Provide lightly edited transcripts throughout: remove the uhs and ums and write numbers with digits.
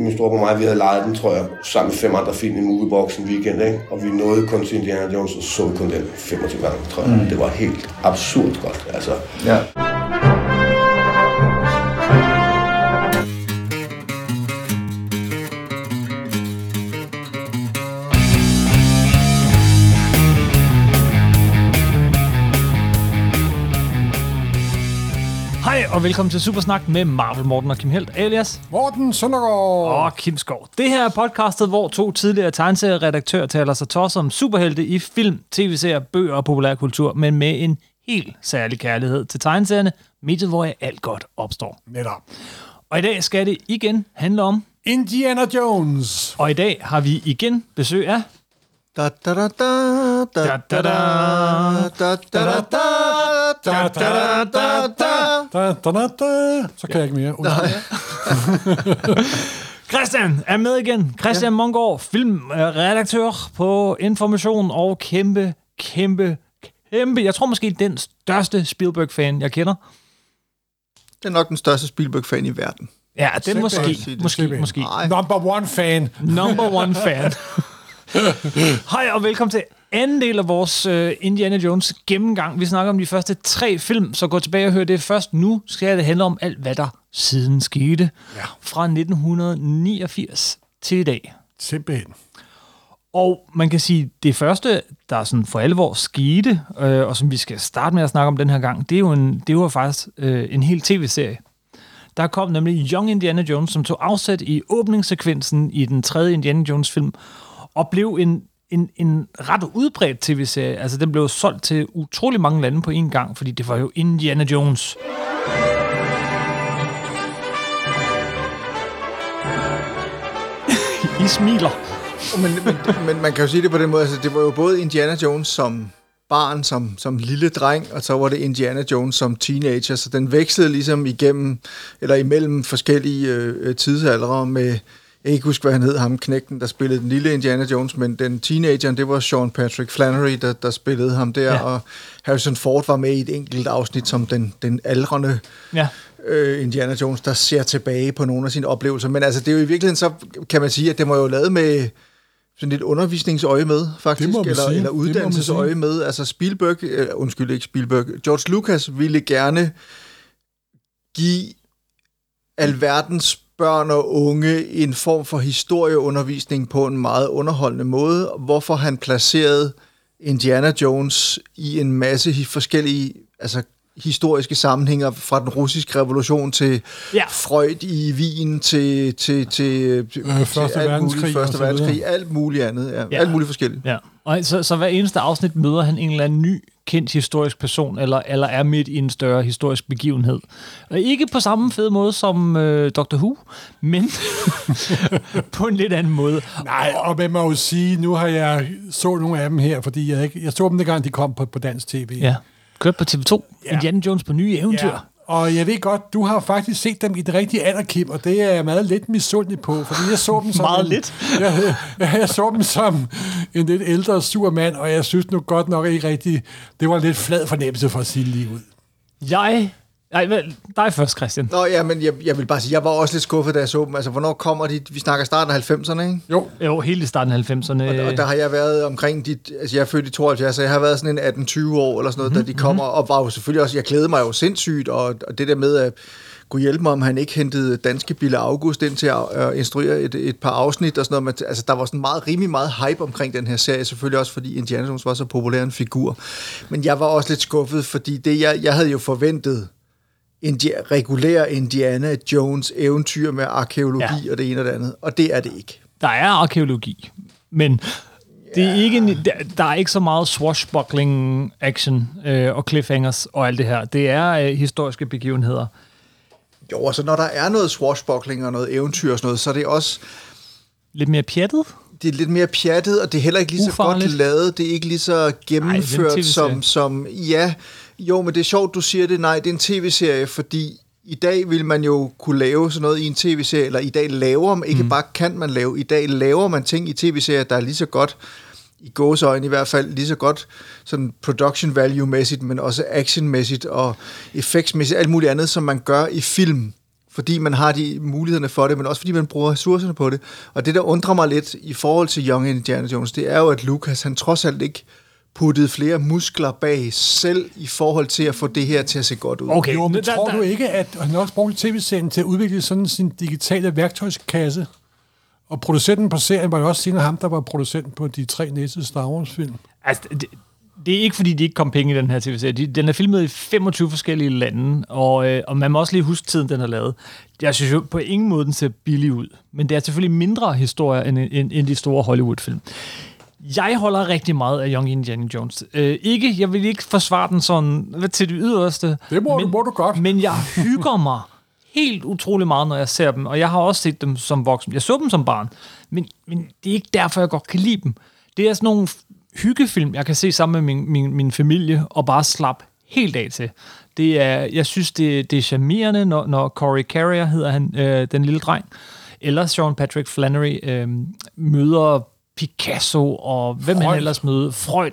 min store på mig, vi havde lejet den, tror jeg, sammen med 5 andre film i Moviebox en weekend, ikke? Og vi nåede kun til Indiana Jones, og så vi kun den 25 gange, tror jeg. Det var helt absurd godt, altså. Ja. Hej og velkommen til Supersnak med Marvel Morten og Kim Helt, alias Morten Søndergaard og Kim Skov. Det her er podcastet, hvor 2 tidligere tegneserieredaktører taler sig tosser om superhelte i film, tv-serier, bøger og populærkultur, men med en helt særlig kærlighed til tegneserierne, mediet hvor alt godt opstår. netop. Og i dag skal det igen handle om Indiana Jones. Og i dag har vi igen besøg af Da da da da da da da da da da Da. Så kan jeg ikke mere. Christian er med igen. Christian Mongård, filmredaktør på Information og kæmpe, jeg tror måske den største Spielberg-fan, jeg kender. Det er nok den største Spielberg-fan i verden. Ja, den måske. Number 1 fan. Number 1 fan. Hej og velkommen til anden del af vores Indiana Jones gennemgang. Vi snakker om de første 3 film, så gå tilbage og hør det først. Nu skal det handle om alt, hvad der siden skete. Ja. Fra 1989 til i dag. Simpelthen. Og man kan sige, det første, der sådan for alvor skete, og som vi skal starte med at snakke om den her gang, det var faktisk en hel tv-serie. Der kom nemlig Young Indiana Jones, som tog afsæt i åbningssekvensen i den 3. Indiana Jones-film, og blev en ret udbredt tv-serie. Altså, den blev solgt til utrolig mange lande på en gang, fordi det var jo Indiana Jones. I smiler. Men man kan jo sige det på den måde, altså det var jo både Indiana Jones som barn, som lille dreng, og så var det Indiana Jones som teenager, så den vekslede ligesom imellem forskellige tidsaldre med. Jeg kan ikke huske, hvad han hed, ham knægten, der spillede den lille Indiana Jones, men den teenageren, det var Sean Patrick Flanery, der spillede ham der, ja. Og Harrison Ford var med i et enkelt afsnit som den aldrende Indiana Jones, der ser tilbage på nogle af sine oplevelser. Men altså, det er jo i virkeligheden, så kan man sige, at det var jo lavet med sådan lidt undervisningsøje med, faktisk, eller uddannelsesøje med. Altså George Lucas ville gerne give alverdens børn og unge en form for historieundervisning på en meget underholdende måde, hvorfor han placerede Indiana Jones i en masse forskellige historiske sammenhænge, fra den russiske revolution til Freud i Wien til Første verdenskrig, alt muligt andet, alt muligt forskelligt. Ja. Og så hver eneste afsnit møder han en eller anden ny kendt historisk person, eller er midt i en større historisk begivenhed. Og ikke på samme fede måde som Dr. Who, men på en lidt anden måde. Nej, og man må jo sige, nu har jeg så nogle af dem her, fordi jeg så dem dengang, de kom på dansk tv. Ja, kørt på TV2. Ja. Indiana Jones på nye eventyr. Ja. Og jeg ved godt, du har faktisk set dem i det rigtige alder, Kim, og det er jeg meget lidt misundelig på, fordi jeg så dem som jeg så dem som en lidt ældre sur mand, og jeg synes nu godt nok ikke rigtigt, det var en lidt flad fornemmelse for at sige lige ud. Dig først, Christian. Nå ja, men jeg vil bare sige, jeg var også lidt skuffet, da jeg så dem. Altså, hvornår kommer de? Vi snakker starten af 90'erne, ikke? Jo, helt i starten af 90'erne. Og der har jeg været omkring jeg er født i 72, så jeg har været sådan en 18-20 år eller sådan noget, da de kommer, og var jo selvfølgelig også, jeg glædede mig jo sindssygt, og det der med at kunne hjælpe mig, om han ikke hentede danske Bille August ind til at instruere et par afsnit og sådan noget. Men, altså, der var sådan rimelig meget hype omkring den her serie, selvfølgelig også fordi Indiana Jones var så populær en figur. Men jeg var også lidt skuffet, fordi det jeg havde jo forventet regulær Indiana Jones eventyr med arkæologi og det ene og det andet, og det er det ikke. Der er arkæologi, men det er ikke der er ikke så meget swashbuckling action og cliffhangers og alt det her. Det er historiske begivenheder. Jo, altså når der er noget swashbuckling og noget eventyr og sådan noget, så er det også lidt mere pjattet. Det er lidt mere pjattet, og det er heller ikke lige så godt lavet. Det er ikke lige så gennemført som jo, men det er sjovt, du siger det. Nej, det er en tv-serie, fordi i dag vil man jo kunne lave sådan noget i en tv-serie, eller i dag laver man, ikke bare kan man lave, i dag laver man ting i tv-serier, der er lige så godt, i gåseøjne i hvert fald, lige så godt sådan production value-mæssigt, men også action-mæssigt og effektsmæssigt, alt muligt andet, som man gør i film. fordi man har de mulighederne for det, men også fordi man bruger ressourcerne på det. Og det, der undrer mig lidt i forhold til Young Indiana Jones, det er jo, at Lucas, han trods alt ikke puttede flere muskler bag selv i forhold til at få det her til at se godt ud. Okay, jo, men tror du ikke, at han også brugte tv-serien til at udvikle sådan sin digitale værktøjskasse? Og producenten på serien var jo også senere ham, der var producent på de 3 næste Star Wars-film. Altså, det er ikke, fordi de ikke kom penge i den her tv-serie. Den er filmet i 25 forskellige lande, og man må også lige huske tiden, den er lavet. Jeg synes jo på ingen måde, den ser billig ud. Men det er selvfølgelig mindre historier end de store Hollywood-film. Jeg holder rigtig meget af Young Indiana Jones. Jeg vil ikke forsvare den sådan til det yderste. Det må du godt. Men jeg hygger mig helt utrolig meget, når jeg ser dem. Og jeg har også set dem som voksen. Jeg så dem som barn. Men det er ikke derfor, jeg godt kan lide dem. Det er sådan nogle hyggefilm, jeg kan se sammen med min familie, og bare slappe helt af til. Jeg synes, det er charmerende, når Corey Carrier, hedder han, den lille dreng, eller Sean Patrick Flannery, møder Picasso, og hvem han ellers møder, Freud.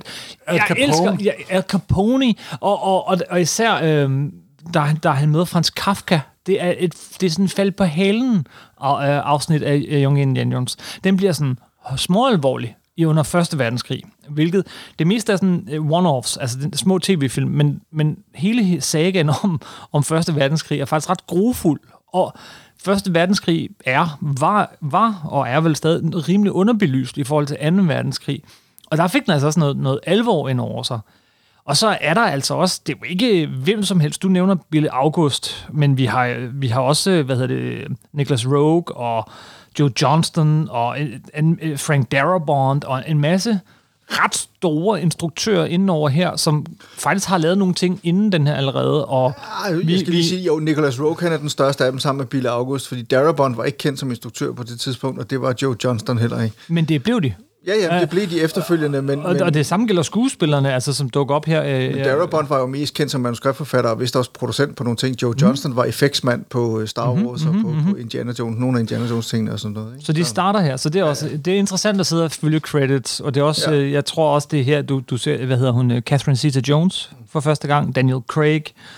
Al Capone, og især, da han møder Franz Kafka, det er sådan et fald på halen afsnit af Young Indiana Jones. Den bliver sådan småalvorlig under 1. verdenskrig, hvilket det meste er sådan one-offs, altså små tv-film, men hele sagaen om 1. verdenskrig er faktisk ret grufuld, og 1. verdenskrig var og er vel stadig rimelig underbelyst i forhold til 2. verdenskrig, og der fik den altså også noget alvor ind over sig. Og så er der altså også, det er jo ikke hvem som helst, du nævner Billy August, men vi har også, Nicholas Roeg og Joe Johnston og Frank Darabont og en masse ret store instruktører indenover her, som faktisk har lavet nogle ting inden den her allerede. Og jeg skal lige sige, jo, Nicholas Roeg, han er den største af dem sammen med Billy August, fordi Darabont var ikke kendt som instruktør på det tidspunkt, og det var Joe Johnston heller ikke. Men det blev de. Ja, det blev de efterfølgende, men og det samme gælder skuespillerne, altså som dukker op her. Men Darabont var jo mest kendt som manuskriptforfatter, og vist også producent på nogle ting. Joe Johnston var effektsmand på Star Wars og på Indiana Jones, nogle af Indiana Jones tingene og sådan noget. Ikke? Så de starter her, så det er også det er interessant at sidde og følge credits, og det er også, jeg tror også det er her, du ser, Catherine Zeta-Jones for første gang, Daniel Craig,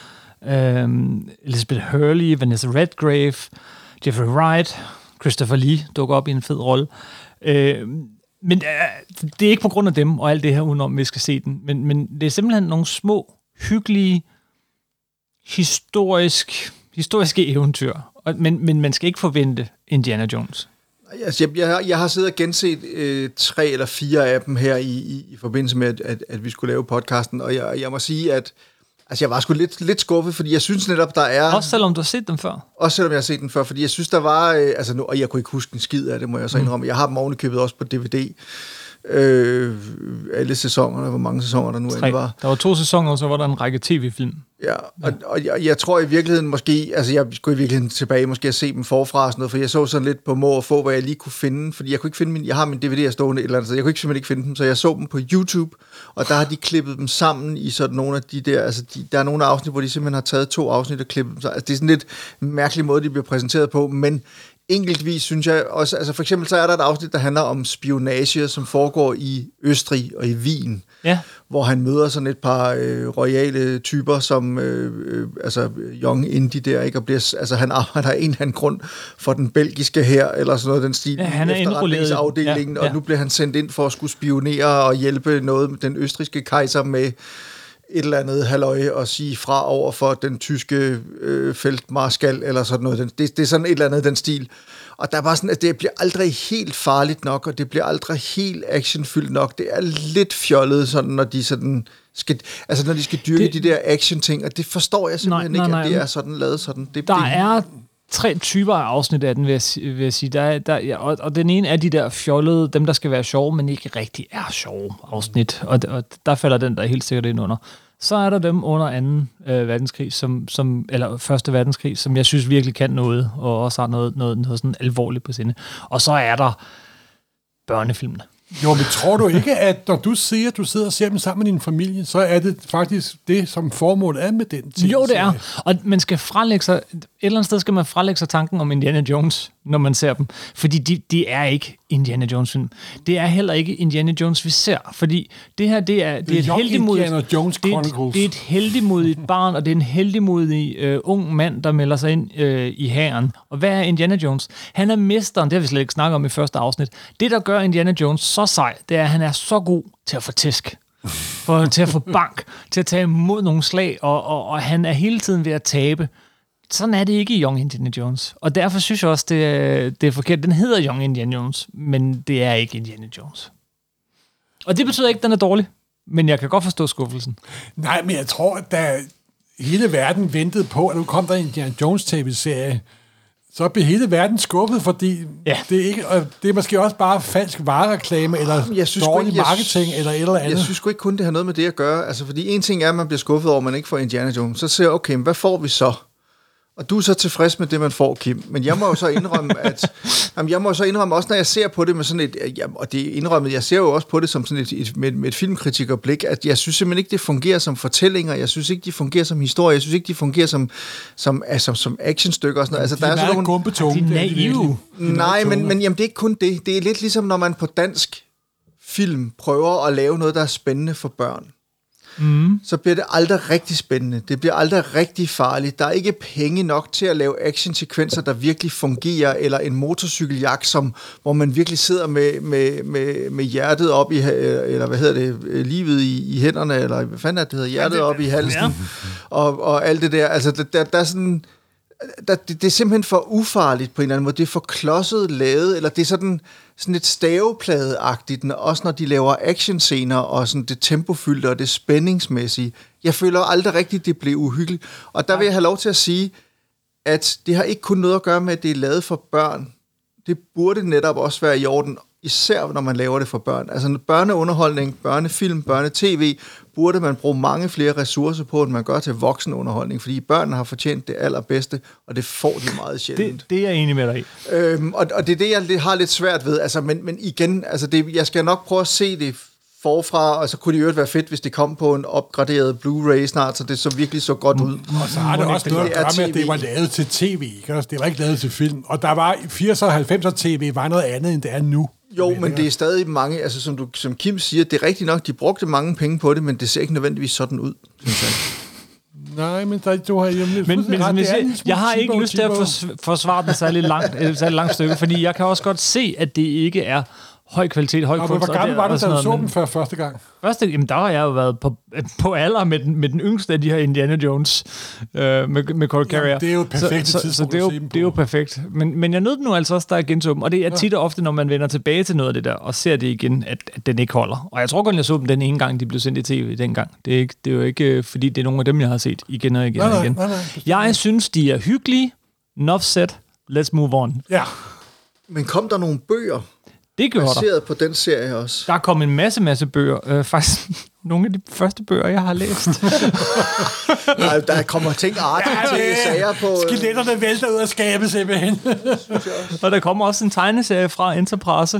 Elizabeth Hurley, Vanessa Redgrave, Jeffrey Wright, Christopher Lee dukker op i en fed rolle. Men det er ikke på grund af dem og alt det her udenom, vi skal se den. Men det er simpelthen nogle små, hyggelige, historiske eventyr. Men man skal ikke forvente Indiana Jones. Altså, jeg har siddet og genset 3 eller 4 af dem her i forbindelse med, at vi skulle lave podcasten. Og jeg må sige, at jeg var sgu lidt skuffet, fordi jeg synes netop, der er... Også selvom du har set dem før? Også selvom jeg har set den før, fordi jeg synes, der var... og jeg kunne ikke huske en skid af det, må jeg så indrømme. Jeg har dem ovenikøbet også på DVD. Alle sæsonerne, hvor mange sæsoner der nu end var. Der var 2 sæsoner, og så var der en række tv-film. Ja, og jeg tror i virkeligheden måske... Altså, jeg skulle i virkeligheden tilbage måske at se dem forfra og sådan noget, for jeg så sådan lidt på må og få, hvad jeg lige kunne finde, fordi jeg kunne ikke finde jeg har min DVD'er stående et eller andet, så jeg kunne simpelthen ikke finde dem, så jeg så dem på YouTube, og der har de klippet dem sammen i sådan nogle af de der... Altså, der er nogle afsnit, hvor de simpelthen har taget 2 afsnit og klippet dem sammen. Altså, det er sådan lidt mærkelig måde, de bliver præsenteret på, men... Enkeltvis synes jeg også, altså for eksempel så er der et afsnit, der handler om spionage, som foregår i Østrig og i Wien, hvor han møder sådan et par royale typer, som Young Indy der, ikke, og bliver, altså han arbejder af en eller anden grund for den belgiske hær, eller sådan noget den stil, han er efterretningsafdelingen, og nu bliver han sendt ind for at skulle spionere og hjælpe den østrigske kejser med et eller andet halløj og sige fra over for den tyske feltmarskal eller sådan noget. Det er sådan et eller andet den stil. Og der er bare sådan, at det bliver aldrig helt farligt nok, og det bliver aldrig helt actionfyldt nok. Det er lidt fjollet, sådan, når de sådan skal, altså når de skal dyrke de der action-ting, og det forstår jeg simpelthen ikke, at det er sådan lavet sådan. Der er 3 typer af afsnit af den, vil jeg sige. Og den ene er de der fjollede, dem der skal være sjove, men ikke rigtig er sjove afsnit. Og der falder den der helt sikkert ind under. Så er der dem under 2. verdenskrig, eller 1. verdenskrig, som jeg synes virkelig kan noget, og også har noget sådan alvorligt på sinde. Og så er der børnefilmene. Jo, men tror du ikke, at når du siger, at du sidder og ser dem sammen med din familie, så er det faktisk det, som formålet er med den ting? Jo, det er. Og man skal frelægge sig... eller andet sted skal man frelægge sig tanken om Indiana Jones, når man ser dem. Fordi de er ikke Indiana Jones-film. Det er heller ikke Indiana Jones, vi ser. Fordi det her, det er et heldigmodigt... Det er et heldigmodigt barn, og det er en heldigmodig ung mand, der melder sig ind i hæren. Og hvad er Indiana Jones? Han er mesteren, det har vi slet ikke snakket om i første afsnit. Det, der gør Indiana Jones så sej, det er, at han er så god til at få tæsk. Til at få bank, til at tage imod nogle slag, og han er hele tiden ved at tabe. Sådan er det ikke i Young Indiana Jones. Og derfor synes jeg også, det er forkert. Den hedder Young Indiana Jones, men det er ikke Indiana Jones. Og det betyder ikke, at den er dårlig, men jeg kan godt forstå skuffelsen. Nej, men jeg tror, at da hele verden ventede på, at nu kom der en Indiana Jones tv-serie, så blev hele verden skuffet, fordi det er måske også bare falsk varereklame, eller dårlig marketing, eller et eller andet. Jeg synes sgu ikke kun, det har noget med det at gøre. Altså, fordi en ting er, at man bliver skuffet over, at man ikke får Indiana Jones. Så siger jeg, okay, men hvad får vi så? Og du er så tilfreds med det, man får, Kim. Men jeg må jo så indrømme, også når jeg ser på det med sådan et... og det er indrømmet, jeg ser jo også på det som sådan med et filmkritikerblik, at jeg synes simpelthen ikke, det fungerer som fortællinger. Jeg synes ikke, de fungerer som historie. Jeg synes ikke, de fungerer som actionstykker og sådan noget. Altså, der er sådan nogle gumpetunge. De er naive. Nej, men jamen, det er ikke kun det. Det er lidt ligesom, når man på dansk film prøver at lave noget, der er spændende for børn. Så bliver det aldrig rigtig spændende. Det bliver aldrig rigtig farligt. Der er ikke penge nok til at lave actionsekvenser, der virkelig fungerer, eller en motorcykeljagt, hvor man virkelig sidder med hjertet op i, eller hvad hedder det, livet i hænderne, eller hvad fanden er det hedder, hjertet op i halsen, og alt det der. Altså, der er sådan... Det er simpelthen for ufarligt på en eller anden måde. Det er for klodset lavet, eller det er sådan et stavepladeagtigt, også når de laver actionscener, og sådan det tempofyldte og det spændingsmæssige. Jeg føler aldrig rigtigt, det blev uhyggeligt. Og der vil jeg have lov til at sige, at det har ikke kun noget at gøre med, at det er lavet for børn. Det burde netop også være i orden, især når man laver det for børn. Altså børneunderholdning, børnefilm, børnetv, burde man bruge mange flere ressourcer på, end man gør til voksenunderholdning, fordi børnene har fortjent det allerbedste, og det får de meget sjældent. Det er jeg enig med dig i. Og det er det, jeg har lidt svært ved. Altså, men igen, altså jeg skal nok prøve at se det forfra, og så kunne det jo være fedt, hvis det kom på en opgraderet Blu-ray snart, så det så virkelig så godt ud. Og så har det også noget at gøre med, at det var lavet til tv, ikke? Det var ikke lavet til film. Og der var 80'er og 90'er tv, var noget andet, end det er nu. Jo, men det er stadig mange, altså som Kim siger, det er rigtigt nok, de brugte mange penge på det, men det ser ikke nødvendigvis sådan ud, synes jeg. Nej, men du har jeg har ikke lyst til at forsvare den særlig langt stykke, fordi jeg kan også godt se, at det ikke er høj kvalitet, høj kunst. Hvor gammel var du, da du så den første gang? Jamen, der har jeg jo været på alder med den yngste af de her Indiana Jones med Cold Carrier. Jamen, det er jo et perfekt tidspunkt så det er jo perfekt. Men jeg nød den nu altså også, der er genså dem. Og det er tit og ofte, når man vender tilbage til noget af det der, og ser det igen, at den ikke holder. Og jeg tror godt, jeg så dem den ene gang, de blev sendt i tv dengang. Det er jo ikke, fordi det er nogle af dem, jeg har set igen og igen og igen. Nej, jeg synes, de er hyggelige. Enough said. Let's move on. Ja. Men kom der nogle bøger? Det gjorde baseret på den serie også. Der kom en masse bøger. Faktisk nogle af de første bøger, jeg har læst. Nej, der kommer ting sager på... Skeletterne vælter ud af skabet, simpelthen. Og der kommer også en tegneserie fra Enterprise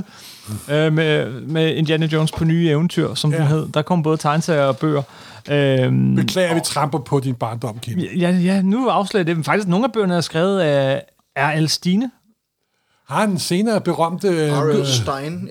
med Indiana Jones på nye eventyr, som den hed. Der kom både tegneserier og bøger. Beklager, vi tramper på din barndom, Kim. Ja, nu afslører det. Men faktisk nogle af bøgerne er skrevet af R.L. Stine. Har den senere berømte... R.L. Stein.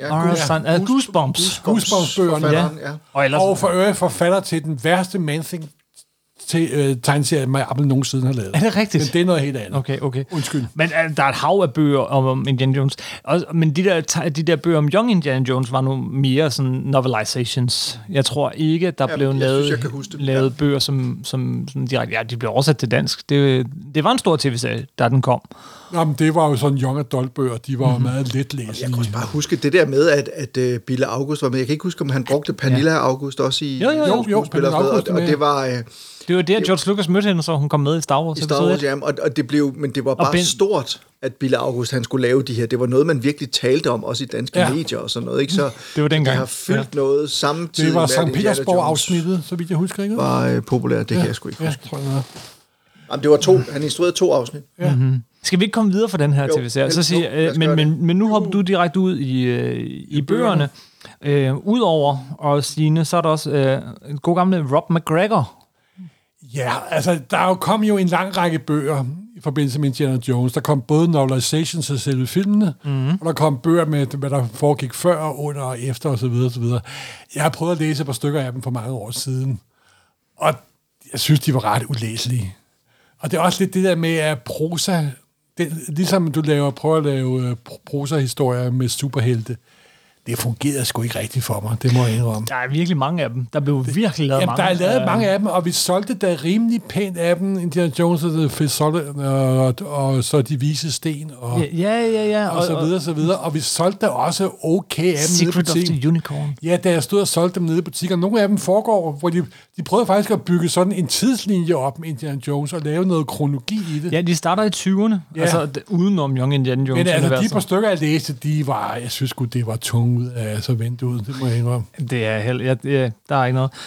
Goosebumps-bøgerne. Ja. Og for øvrigt forfatter til den værste Man-Thing tegneserie, Marvel nogensinde har lavet. Er det rigtigt? Men det er noget helt andet. Okay. Undskyld. Men der er et hav af bøger om Indiana Jones. Men de der bøger om Young Indiana Jones var nu mere sådan novelizations. Jeg tror ikke, at der blev lavet bøger som direkte... Ja, de blev oversat til dansk. Det var en stor tv-serie, da den kom. Jamen, det var jo sådan young adult-bøger. De var meget let læselige. Jeg kan også bare huske det der med, at Bille August var med. Jeg kan ikke huske, om han brugte Pernilla August også i... Jo, Pernilla August og det var... Det var der, George Lucas mødte hende, så hun kom med i Star Wars. I Star Wars, ja. Og det blev, men det var bare stort, at Bille August, han skulle lave de her. Det var noget, man virkelig talte om, også i danske medier og sådan noget. Ikke? Så det var dengang. Det har fyldt noget samtidig. Det var St. Petersborg-afsnittet, så vidt jeg husker, ikke? Var populært, det kan jeg sgu ikke huske. Tror jeg. Jamen, det var 2. Han instruerede 2 afsnit. Ja. Mm-hmm. Skal vi ikke komme videre fra den her tv-serie? Så sige, men nu hopper du direkte ud i bøgerne. Udover og Stine, så er der også god gamle Rob McGregor. Ja, altså der er jo kommet en lang række bøger. i forbindelse med Indiana Jones. Der kom både novelizations af selve filmene, og der kom bøger med, hvad der foregik før, under og efter osv. osv. Jeg har prøvet at læse et par stykker af dem for mange år siden, og jeg synes, de var ret ulæselige. Og det er også lidt det der med, at prosa, ligesom du prøver at lave prosa-historier med superhelte, det fungerede sgu ikke rigtigt for mig, det må jeg indrømme. Der er virkelig mange af dem. Der blev virkelig lavet mange. Der er lavet mange af dem, og vi solgte da rimelig pænt af dem, Indiana Jones og så De Vise Sten, og, ja. og så videre, så videre. Og vi solgte da også okay af dem nede i butikken. Secret of the Unicorn. Ja, da jeg stod og solgte dem nede i butikken. Nogle af dem foregår, hvor de prøvede faktisk at bygge sådan en tidslinje op med Indiana Jones, og lave noget kronologi i det. Ja, de starter i 20'erne, altså udenom Young Indiana Jones. Men altså, de par stykker, jeg læste, jeg synes sgu, det var tungt ud af så vinduet, det må jeg indrømme. Det er der er ikke noget.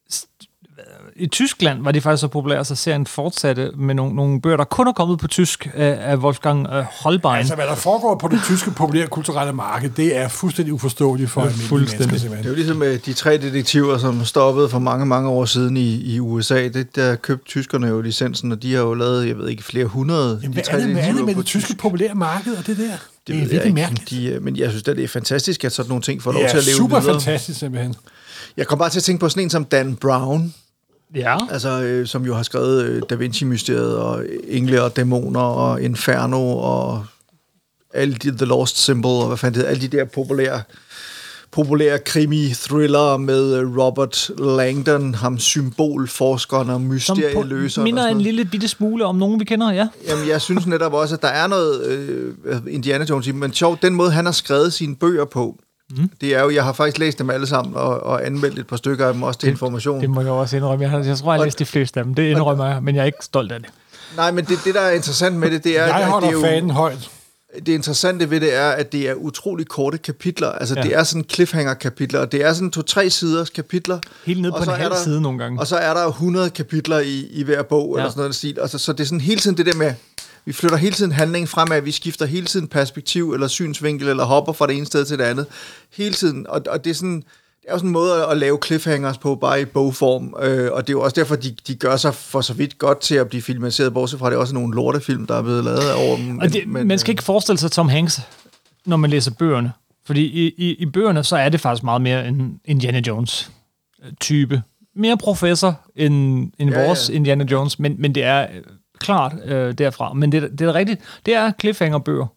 I Tyskland var de faktisk så populære, så serien fortsatte med nogle bøger, der kun er kommet på tysk af Wolfgang Holbein. Altså, hvad der foregår på det tyske populære kulturelle marked, det er fuldstændig uforståeligt for almindelige mennesker. Det er jo ligesom de 3 detektiver, som stoppede for mange, mange år siden i USA. Der købte tyskerne jo licensen, og de har jo lavet, jeg ved ikke, flere hundrede. Jamen, hvad er det med det tyske populære marked og det der? Det er virkelig mærkeligt. Men jeg synes, det er fantastisk, at sådan nogle ting får lov til at leve videre. Super fantastisk, simpelthen. Jeg kom bare til at tænke på sådan en som Dan Brown. Ja. Altså, som jo har skrevet Da Vinci-mysteriet, og Engle og Dæmoner, og Inferno, og alle The Lost Symbol, og hvad fanden det hedder, alle de der populære krimi-thriller med Robert Langdon, ham symbolforskeren og mysterieløseren. Som minder en lille bitte smule om nogen, vi kender, ja. Jamen, jeg synes netop også, at der er noget Indiana Jones i, men sjovt, den måde, han har skrevet sine bøger på, det er jo, jeg har faktisk læst dem alle sammen, og anmeldt et par stykker af dem også til information. Det må jeg også indrømme. Jeg tror, jeg har læst de fleste af dem. Det indrømmer jeg, men jeg er ikke stolt af det. Nej, men det der er interessant med det er... Jeg holder fanen højt. Det interessante ved det er, at det er utrolig korte kapitler. Altså, det er sådan cliffhanger-kapitler, og det er sådan 2-3 siders kapitler. Helt ned på en halv side nogle gange. Og så er der 100 kapitler i hver bog, eller sådan noget stil. Og så det er sådan hele tiden det der med... Vi flytter hele tiden handlingen fremad, vi skifter hele tiden perspektiv, eller synsvinkel, eller hopper fra det ene sted til det andet. Hele tiden. Og det er sådan... Det er jo sådan en måde at lave cliffhangers på, bare i bogform, og det er jo også derfor, de gør sig for så vidt godt til at blive filmatiseret, bortset fra det er også nogle lortefilm, der er blevet lavet over dem. Man skal ikke forestille sig Tom Hanks, når man læser bøgerne, fordi i bøgerne, så er det faktisk meget mere en Indiana Jones-type. Mere professor end vores Indiana Jones, men det er klart derfra. Men det er rigtigt, det er cliffhanger-bøger.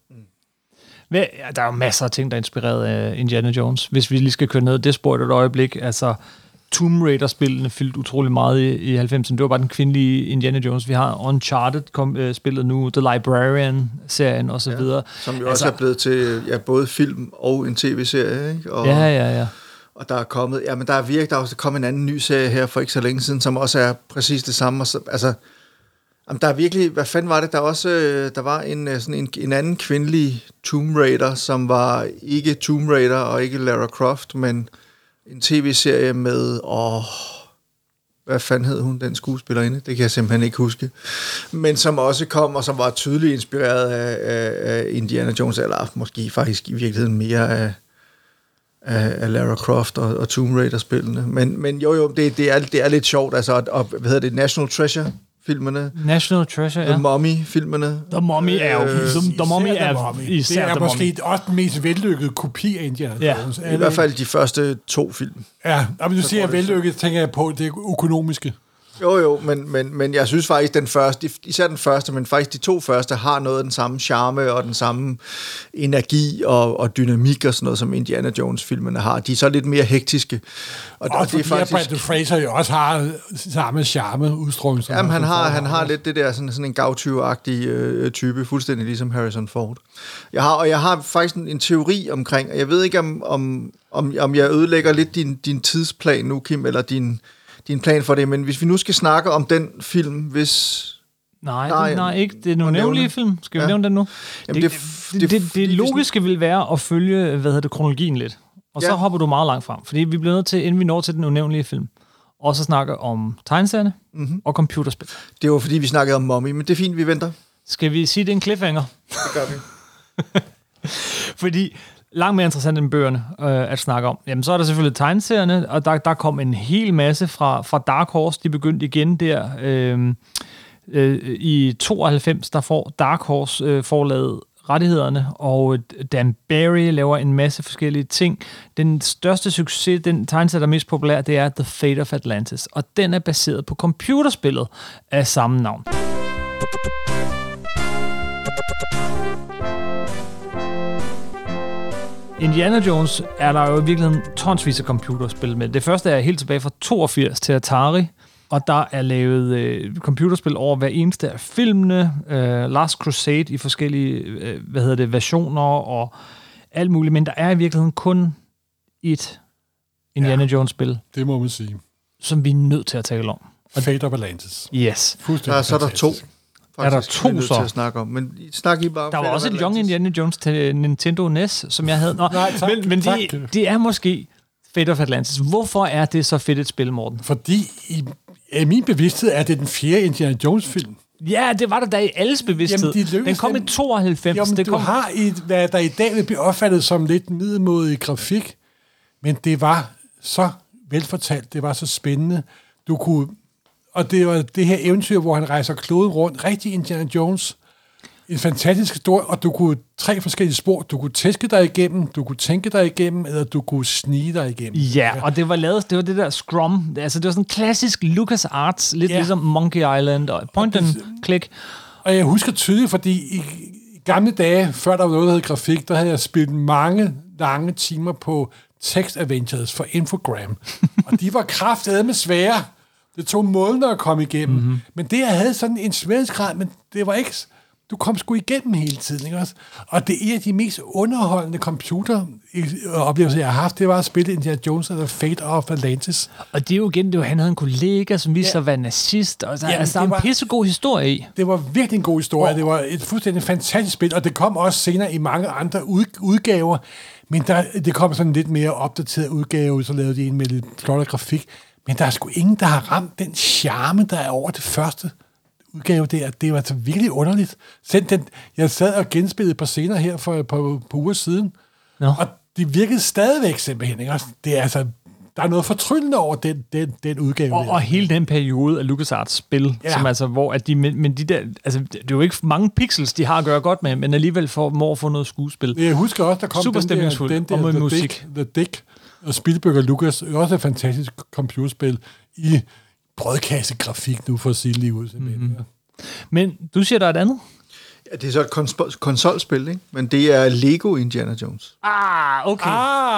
Der er jo masser af ting, der er inspireret af Indiana Jones. Hvis vi lige skal køre ned det spor et øjeblik, altså Tomb Raider-spillene fyldte utrolig meget i 90'erne. Det var bare den kvindelige Indiana Jones. Vi har Uncharted spillet nu, The Librarian-serien og så videre. Som jo også er blevet til både film og en tv-serie, ikke? Og, ja. Og der er kommet, men der er også kommet en anden ny serie her for ikke så længe siden, som også er præcis det samme. Altså, der er virkelig, hvad fanden var det? Der var en anden kvindelig Tomb Raider, som var ikke Tomb Raider og ikke Lara Croft, men en tv-serie med, hvad fanden hed hun, den skuespillerinde? Det kan jeg simpelthen ikke huske. Men som også kom, og som var tydeligt inspireret af Indiana Jones, eller måske faktisk i virkeligheden mere af Lara Croft og Tomb Raider-spillene. Men jo, det er lidt sjovt, altså, og hvad hedder det, National Treasure-filmene. National Treasure, The Mummy-filmene. The Mummy er jo... The Mummy er især det er måske også den mest vellykkede kopi af Indiana Jones. I hvert fald de første 2 film. Ja, men du siger vellykket, tænker jeg på, det er økonomiske. Jo, men jeg synes faktisk, især den første, men faktisk de 2 første, har noget af den samme charme og den samme energi og dynamik og sådan noget, som Indiana Jones-filmene har. De er så lidt mere hektiske. Og det er faktisk... Brandon Fraser jo også har samme charme udstråling. Jamen, han har lidt det der, sådan en gavtyve-agtig type, fuldstændig ligesom Harrison Ford. Jeg har faktisk en teori omkring, og jeg ved ikke, om jeg ødelægger lidt din tidsplan nu, Kim, eller din plan for det, men hvis vi nu skal snakke om den film, hvis... Nej, ikke. Det er en unævnlige film. Skal vi nævne den nu? Jamen, det logiske vil være at følge, kronologien lidt. Og så hopper du meget langt frem, fordi vi bliver nødt til, inden vi når til den unævnlige film, og så snakke om tegneserierne og computerspil. Det var fordi, vi snakkede om Mummy, men det er fint, vi venter. Skal vi sige, det er en cliffhanger? Det gør vi. Fordi... langt mere interessant end bøgerne at snakke om. Jamen, så er der selvfølgelig tegneserierne, og der kom en hel masse fra Dark Horse. De begyndte igen der. I 92, der får Dark Horse forlaget rettighederne, og Dan Barry laver en masse forskellige ting. Den største succes, den tegneserie, der er mest populær, det er The Fate of Atlantis, og den er baseret på computerspillet af samme navn. Indiana Jones er der jo i virkeligheden tonsvis af computerspil med. Det første er helt tilbage fra 82 til Atari, og der er lavet computerspil over hver eneste af filmene, Last Crusade i forskellige versioner og alt muligt, men der er i virkeligheden kun et Indiana Jones-spil. Det må man sige. Som vi er nødt til at tale om. Fate of Atlantis. Yes. Så er der 2. Er der 2 så? Til at snakke om, men snak I bare om. Der var også et Young Indiana Jones til Nintendo NES, som jeg havde. Nej, tak, men det er måske Fate of Atlantis. Hvorfor er det så fedt et spil, Morten? Fordi i min bevidsthed er det den 4. Indiana Jones-film. Ja, det var der i alles bevidsthed. Den kom i 92. Jo, men har hvad der i dag vil blive opfattet som lidt middelmådig grafik, men det var så velfortalt, det var så spændende. Du kunne... Og det var det her eventyr, hvor han rejser kloden rundt. Rigtig Indiana Jones. En fantastisk historie, og du kunne 3 forskellige spor. Du kunne tæske dig igennem, du kunne tænke dig igennem, eller du kunne snige dig igennem. Ja, og det var det der Scrum. Altså, det var sådan en klassisk LucasArts, lidt ligesom Monkey Island og Point and Click. Og jeg husker tydeligt, fordi i gamle dage, før der var noget, der hed grafik, der havde jeg spillet mange lange timer på Text Adventures for Infogram. Og de var kraftedeme svære. Det tog måneder at komme igennem. Mm-hmm. Men det, jeg havde sådan en sværhedsgrad, men det var ikke... Du kom sgu igennem hele tiden, ikke også? Og det er de mest underholdende computeroplevelser, jeg har haft, det var at spille Indiana Jones eller Fate of Atlantis. Og det er jo igen, han havde en kollega, som viste sig at være nazist, og der er en pissegod historie i. Det var virkelig en god historie. Det var et fuldstændig fantastisk spil, og det kom også senere i mange andre udgaver, men det kom sådan en lidt mere opdateret udgave, så lavede de en med lidt flottere grafik. Men der er sgu ingen, der har ramt den charme, der er over det første udgave der. Det var så virkelig underligt. Jeg sad og genspillede et par scener her for på uger siden, og det virkede stadigvæk simpelthen. Ikke? Det er altså, der er noget fortryllende over den udgave. Og hele den periode af LucasArts spil, som altså, hvor at men de der, altså, det er jo ikke mange pixels, de har at gøre godt med, men alligevel formår at få noget skuespil. Jeg husker også, der kom den der musik. The Dick og Spielberg og Lucas, også et fantastisk computerspil i brødkassegrafik nu, for at sige lige ud. Mm-hmm. Men du siger, der er et andet? Ja, det er så et konsolspil, ikke? Men det er Lego Indiana Jones. Okay.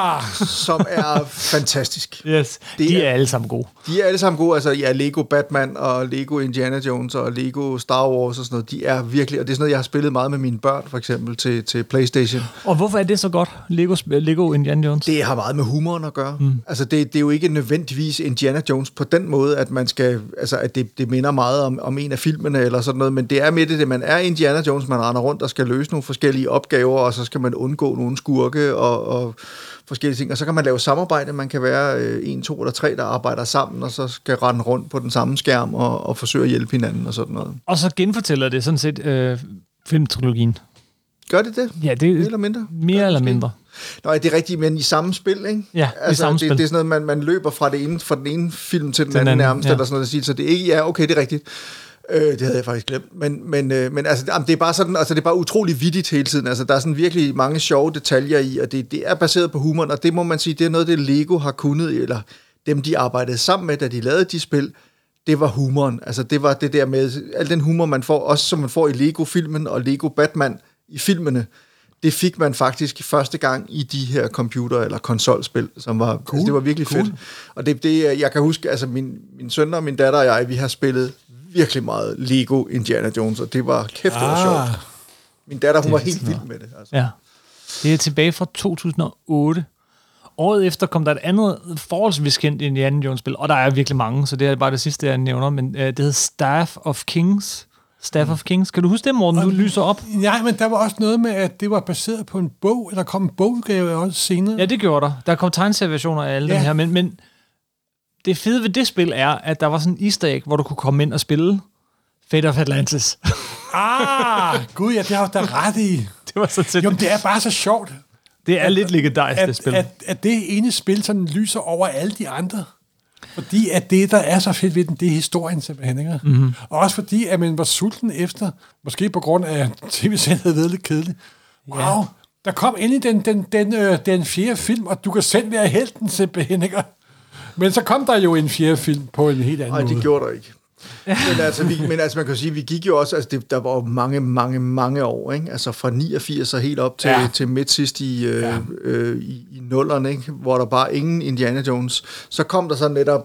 Som er fantastisk. Yes, de er alle sammen gode. De er alle sammen gode. Altså, ja, Lego Batman og Lego Indiana Jones og Lego Star Wars og sådan noget, de er virkelig, og det er sådan noget, jeg har spillet meget med mine børn, for eksempel, til PlayStation. Og hvorfor er det så godt, Lego Indiana Jones? Det har meget med humoren at gøre. Altså, det er jo ikke nødvendigvis Indiana Jones på den måde, at man skal, altså, at det minder meget om en af filmene eller sådan noget, men det er med det, man er Indiana Jones, man render rundt og skal løse nogle forskellige opgaver, og så skal man undgå nogle skurke og forskellige ting, og så kan man lave samarbejde, man kan være 1, 2 eller 3, der arbejder sammen, og så skal rende rundt på den samme skærm og forsøge at hjælpe hinanden og sådan noget. Og så genfortæller det sådan set filmtrilogien. Gør det det? Ja, det mere eller mindre. Mere eller mindre. Nå, det er rigtigt, men i samme spil, ikke? Ja, altså, i samme spil. Det er sådan noget, man løber fra den ene film til den anden nærmest, eller sådan noget, så det er ikke, ja, okay, det er rigtigt. Det havde jeg faktisk glemt. Men altså, det er bare sådan, altså det er bare utrolig vittigt hele tiden. Altså, der er sådan virkelig mange sjove detaljer i, og det er baseret på humoren, og det må man sige, det er noget, det Lego har kunnet, eller dem, de arbejdede sammen med, da de lavede de spil, det var humoren. Altså, det var det der med, al den humor, man får, også som man får i Lego-filmen og Lego Batman i filmene, det fik man faktisk første gang i de her computer- eller konsolspil, som var, cool. Altså, det var virkelig fedt. Og det, jeg kan huske, altså min søn og min datter og jeg, vi har spillet virkelig meget Lego Indiana Jones, og det var kæft, det var sjovt. Min datter, hun var helt vild med det. Altså. Ja. Det er tilbage fra 2008. Året efter kom der et andet forholdsvis kendt Indiana Jones-spil, og der er virkelig mange, så det er bare det sidste, jeg nævner, men det hedder Staff of Kings. Staff of Kings. Kan du huske det, Morten? Du lyser op. Ja, men der var også noget med, at det var baseret på en bog, eller kom en bogudgave også senere. Ja, det gjorde der. Der kom tegneserieversioner af alle dem her, men det fede ved det spil er, at der var sådan en easter egg, hvor du kunne komme ind og spille Fate of Atlantis. Gud, ja, det har du da ret i. Det var så tæt. Jo, det er bare så sjovt. Det er lidt legendarisk, det spil. At det ene spil sådan lyser over alle de andre. Fordi at det, der er så fedt ved den, det er historien simpelthen, ikke? Mm-hmm. Og også fordi, at man var sulten efter, måske på grund af tv-serien havde været lidt kedelig. Wow, der kom endelig den fjerde film, og du kan selv være helten simpelthen, ikke? Men så kom der jo en fjerde film på en helt anden måde. Nej, det gjorde der ikke. men altså, man kan sige, vi gik jo også, altså der var mange år, ikke? Altså fra 89 og helt op til midt sidst i nullerne, ikke? Hvor der bare ingen Indiana Jones. Så kom der så netop,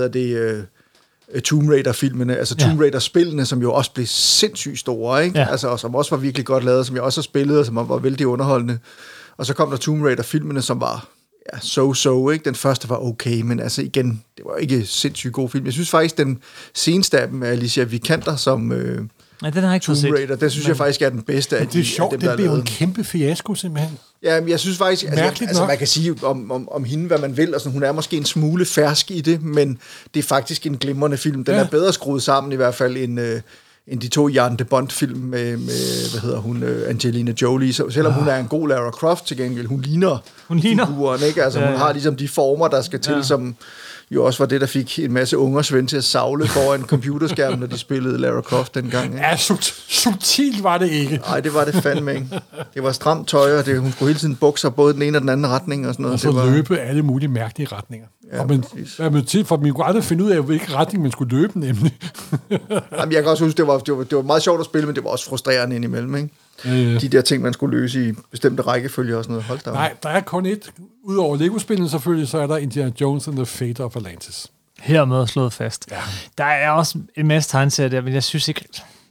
Tomb Raider-filmene, altså Tomb Raider-spillene, som jo også blev sindssygt store, ikke? Altså, og som også var virkelig godt lavet, som jeg også har spillet, og som var vældig underholdende. Og så kom der Tomb Raider-filmene, som var ikke? Den første var okay, men altså igen, det var ikke sindssygt god film. Jeg synes faktisk, den seneste af dem er Alicia Vikander som den har ikke Tomb Raider. Den synes jeg faktisk er den bedste af de. Det er sjovt, det blev en kæmpe fiasko simpelthen. Ja, men jeg synes faktisk, altså man kan sige om hende, hvad man vil, altså hun er måske en smule fersk i det, men det er faktisk en glimrende film. Den er bedre skruet sammen i hvert fald end de to Jan de Bond-film med hvad hedder hun, Angelina Jolie. Så selvom hun er en god Lara Croft til gengæld, hun ligner figuren, ikke? Altså hun har ligesom de former, der skal til, som jo også var det, der fik en masse unger svend til at savle foran computerskærmen, når de spillede Lara Croft dengang. Ikke? Ja, subtilt var det ikke. Nej, det var det fandme ikke. Det var stramt tøj, og hun skulle hele tiden bukse sig både den ene og den anden retning og sådan noget. Og så løbe alle mulige mærkelige retninger. Ja, for man kunne aldrig finde ud af, hvilken retning man skulle løbe, nemlig. Jamen, jeg kan også huske, det var meget sjovt at spille, men det var også frustrerende indimellem, ikke? De der ting, man skulle løse i bestemte rækkefølge og sådan noget. Hold da. Nej, der er kun et. Udover Lego-spillene selvfølgelig, så er der Indiana Jones and the Fate of Atlantis. Hermed slået fast. Ja. Der er også en masse tegneserier der, men jeg synes ikke...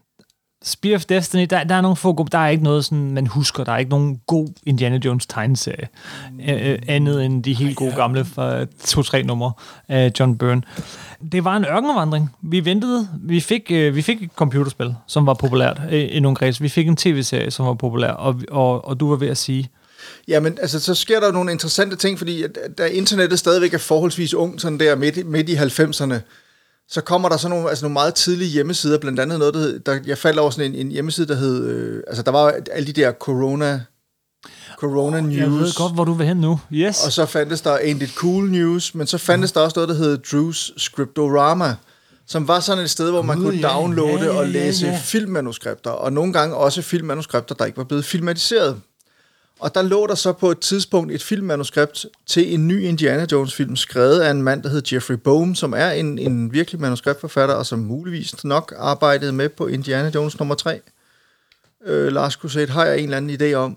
Spear of Destiny, der er nogle få gode... Der er ikke noget, sådan, man husker. Der er ikke nogen god Indiana Jones tegneserie. Andet end de helt gode gamle fra 2-3 numre af John Byrne. Det var en ørkenvandring. Vi ventede. Vi fik et computerspil, som var populært i nogle kreds. Vi fik en tv-serie, som var populær, og du var ved at sige... Jamen, altså, så sker der nogle interessante ting, fordi da internettet stadigvæk er forholdsvis ung, sådan der midt i 90'erne, så kommer der sådan nogle meget tidlige hjemmesider, blandt andet noget, jeg faldt over sådan en hjemmeside, der hed, altså der var alle de der Corona News. Jeg ved godt, hvor du vil hen nu. Yes. Og så fandtes der Ain't It Cool News, men så fandtes der også noget, der hed Drew's Scriptorama, som var sådan et sted, hvor man kunne downloade og læse filmmanuskripter, og nogle gange også filmmanuskripter, der ikke var blevet filmatiseret. Og der lå der så på et tidspunkt et filmmanuskript til en ny Indiana Jones-film, skrevet af en mand, der hed Jeffrey Boehm, som er en virkelig manuskriptforfatter, og som muligvis nok arbejdede med på Indiana Jones nummer 3. Lars Crusade har jeg en eller anden idé om.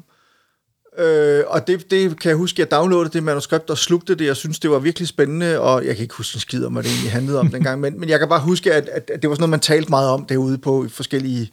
Og det kan jeg huske, jeg downloadede det manuskript og slugte det, jeg synes det var virkelig spændende, og jeg kan ikke huske en skid om, hvad det egentlig handlede om dengang, men jeg kan bare huske, at det var sådan noget, man talte meget om derude på forskellige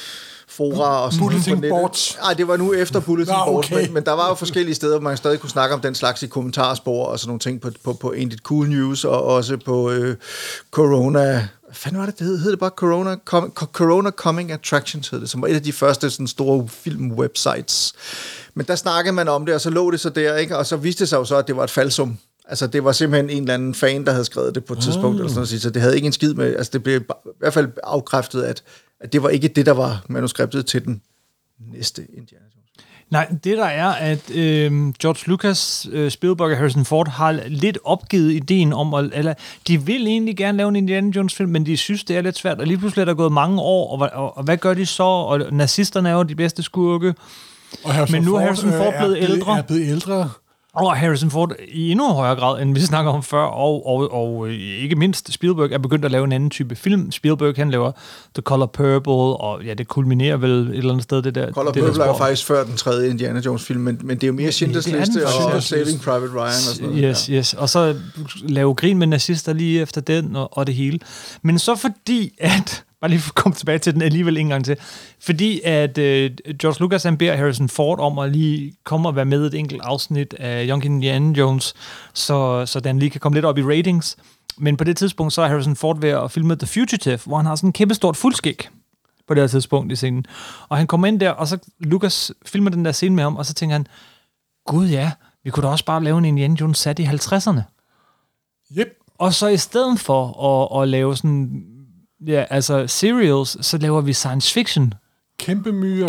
fora og sådan bulletin boards. Nej, det var nu efter bulletin boards, men der var jo forskellige steder, hvor man stadig kunne snakke om den slags i kommentarspor og sådan nogle ting på Ain't It Cool News og også på Corona. Hvad fanden var det hed det bare Corona Coming Attractions hed det, som var et af de første sådan store filmwebsites. Men der snakkede man om det, og så lå det så der, ikke? Og så viste det sig jo så, at det var et falsum. Altså, det var simpelthen en eller anden fan, der havde skrevet det på et tidspunkt, eller sådan noget, så det havde ikke en skid med, altså det blev i hvert fald afkræftet, at det var ikke det, der var manuskriptet til den næste Indiana Jones. Nej, det der er, at George Lucas, Spielberg og Harrison Ford har lidt opgivet ideen om, eller de vil egentlig gerne lave en Indiana Jones-film, men de synes, det er lidt svært, og lige pludselig er der gået mange år, og hvad gør de så? Og nazisterne er jo de bedste skurke, men nu er Harrison Ford blevet ældre. Og Harrison Ford i endnu højere grad, end vi snakker om før, og ikke mindst Spielberg er begyndt at lave en anden type film. Spielberg, han laver The Color Purple, og ja, det kulminerer vel et eller andet sted, det der. Color Purple er jo faktisk før den tredje Indiana Jones-film, men det er jo mere Schindlers Liste og Saving Private Ryan og sådan noget. Yes. Og så lave grin med nazister lige efter den, og det hele. Men så fordi, at bare lige for at komme tilbage til den alligevel en gang til. Fordi at George Lucas han beder Harrison Ford om at lige komme og være med i et enkelt afsnit af Young Indiana Jones, så den lige kan komme lidt op i ratings. Men på det tidspunkt, så er Harrison Ford ved at filme The Fugitive, hvor han har sådan en kæmpestort fuldskæg på det her tidspunkt i scenen. Og han kommer ind der, og så Lucas filmer den der scene med ham, og så tænker han, gud ja, vi kunne da også bare lave en Indiana Jones sat i 50'erne. Yep. Og så i stedet for at lave sådan... Ja, altså serials, så laver vi science fiction. Kæmpe myrer,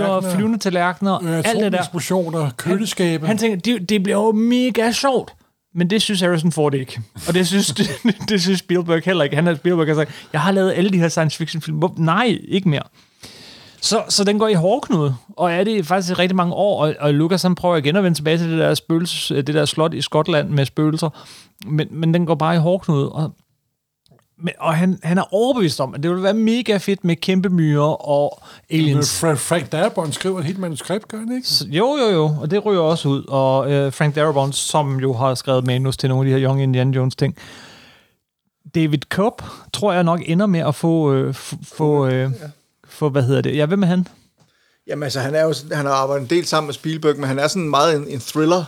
flyvende tallerkener, alt det der. Eksplosioner, køleskabe. Han tænker, det bliver jo mega sjovt. Men det synes Harrison Ford ikke. Og det synes Spielberg heller ikke. Spielberg har sagt, jeg har lavet alle de her science fiction film. Nej, ikke mere. Så den går i hårdknude, og er det faktisk rigtig mange år, og Lucas han prøver igen at vende tilbage til det der slot i Skotland med spøgelser, men den går bare i hårdknude, og han er overbevist om, at det vil være mega fedt med kæmpe myrer og aliens. Frank Darabont skriver et helt manuskript, gør han ikke? Jo, og det ryger også ud, og Frank Darabont, som jo har skrevet manus til nogle af de her Young Indiana Jones ting. David Cobb, tror jeg nok ender med at få hvad hedder det? Ja, hvem er han? Jamen altså, han har arbejdet en del sammen med Spielberg, men han er sådan meget en thriller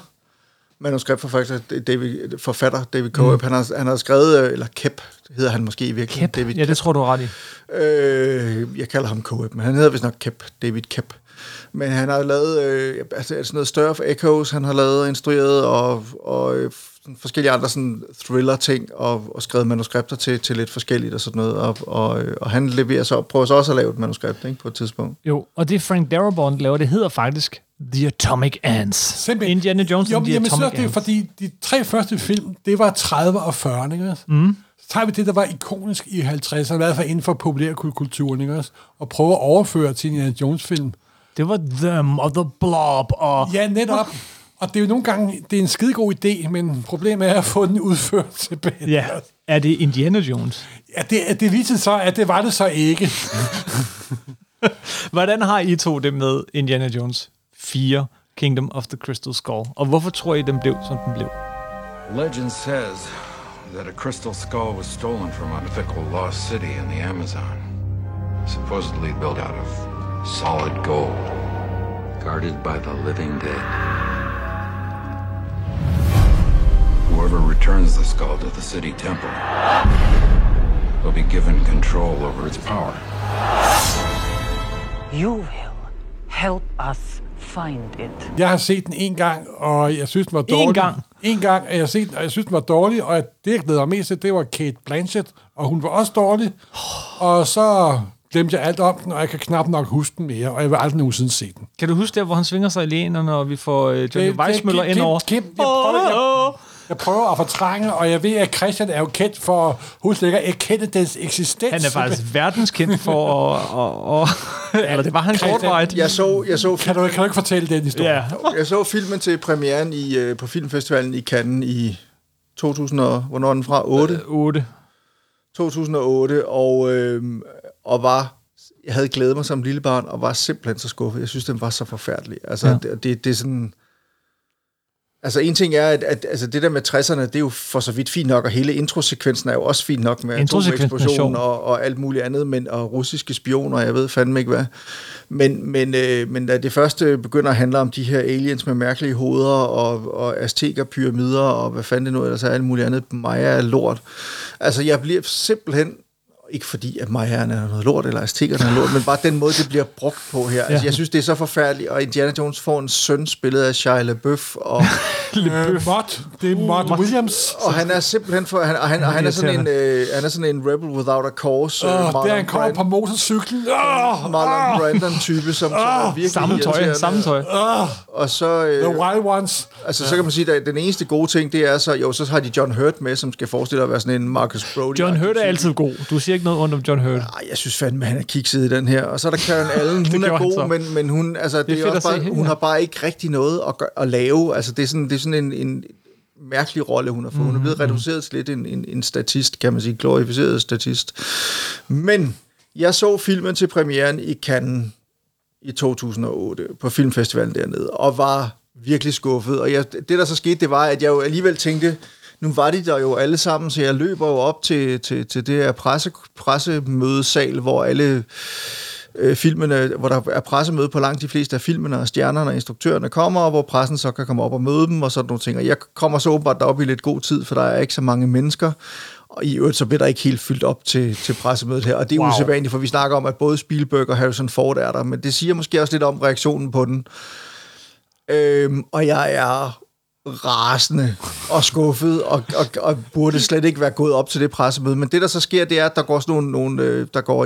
forfatter David Cobb. Han har skrevet, eller Kep, hedder han måske i virkeligheden. Kep? David Kep. Det tror du er ret i. Jeg kalder ham Cobb, men han hedder vist nok Kep, David Kep. Men han har lavet sådan noget Stir of Echoes, han har lavet, instrueret og forskellige andre sådan thriller-ting og skrevet manuskripter til lidt forskelligt og sådan noget. Og han prøver så også at lave et manuskript, ikke, på et tidspunkt. Jo, og det Frank Darabont laver, det hedder faktisk The Atomic Ants. Simpelthen. Indiana Jones and The Atomic Ants. Det er fordi, de 3 første film, det var 30 og 40'erne, ikke? Så tager vi det, der var ikonisk i 50'erne, i hvert fald inden for populærkulturen, ikke? Og prøver at overføre til Indiana Jones-film. Det var Them og The Blob og... Ja, netop. Og det er jo nogle gange, det er en skidegod idé, men problemet er at få den udført tilbage. Ja, er det Indiana Jones? Ja, det viser så, at det var det så ikke. Hvordan har I to det med Indiana Jones 4, Kingdom of the Crystal Skull? Og hvorfor tror I, den blev, som den blev? Legend says that a crystal skull was stolen from a mythical lost city in the Amazon. Supposedly built out of solid gold, guarded by the living dead. Whoever returns the skull to the city temple will be given control over its power. You will help us find it. Jeg har set den en gang, og jeg synes, den var dårlig. En gang, og jeg har set den, og jeg synes, den var dårlig, og det, jeg glæder mest til, det var Cate Blanchett, og hun var også dårlig. Og så glemte jeg alt om den, og jeg kan knap nok huske den mere, og jeg vil aldrig nogensinde se den. Kan du huske der, hvor han svinger sig i lægen, når vi får Johnny Weissmuller ind over? Jeg prøver at fortrænge, og jeg ved, at Christian er jo kendt for, husk ikke, at erkende dens eksistens. Han er faktisk verdenskendt for eller det var han kortvarigt. Jeg så kan du ikke fortælle den historie? Ja. Jeg så filmen til premieren på Filmfestivalen i Cannes i 2000 hvornår er den fra? 8? 2008, og jeg havde glædet mig som lille barn, og var simpelthen så skuffet. Jeg synes, den var så forfærdelig. Altså, det er sådan... Altså, en ting er, at altså, det der med 60'erne, det er jo for så vidt fint nok, og hele introsekvensen er jo også fint nok med atomeksplosioner og alt muligt andet, og russiske spioner, jeg ved fandme ikke hvad. Men da det første begynder at handle om de her aliens med mærkelige hoveder, og azteker-pyramider, og hvad fanden det nu ellers er, alt muligt andet, Maya er lort. Altså, jeg bliver simpelthen... Ikke fordi, at Mayaerne er noget lort, eller aztekerne er lort, men bare den måde, det bliver brugt på her. Altså, jeg synes, det er så forfærdeligt, og Indiana Jones får en søn spillet af Shia LaBeouf, og... det er Mott Williams. Og han er simpelthen han er sådan en rebel without a cause. Der han kommer på motorcyklen. Marlon Brandon-type, som er virkelig... Samme tøj. Og så... The Wild Ones. Altså, så kan man sige, at den eneste gode ting, det er så har de John Hurt med, som skal forestille at være sådan en Marcus Brody. John Hurt er altid god. Du siger ikke noget rundt om John Hurt. Nej, jeg synes fandme, han er kikset i den her. Og så er der Karen Allen. Hun er god, men hun, altså, det er også bare, hun har bare ikke rigtig noget at lave. Altså, det er sådan en mærkelig rolle, hun har fået. Hun er blevet reduceret til lidt en statist, kan man sige, glorificeret statist. Men jeg så filmen til premieren i Cannes i 2008 på Filmfestivalen dernede, og var virkelig skuffet. Og det, der så skete, det var, at jeg jo alligevel tænkte, nu var de der jo alle sammen, så jeg løber jo op til det her pressemødesal, hvor alle filmene, hvor der er pressemøde på langt de fleste af filmene, og stjernerne og instruktørerne kommer, og hvor pressen så kan komme op og møde dem, og sådan nogle ting. Og jeg kommer så åbenbart derop i lidt god tid, for der er ikke så mange mennesker, og i øvrigt så bliver der ikke helt fyldt op til pressemødet her. Og det er usædvanligt, for vi snakker om, at både Spielberg og Harrison Ford er der, men det siger måske også lidt om reaktionen på den. Og jeg er rasende og skuffet, og burde slet ikke være gået op til det pressemøde. Men det, der så sker, det er, at der går sådan der går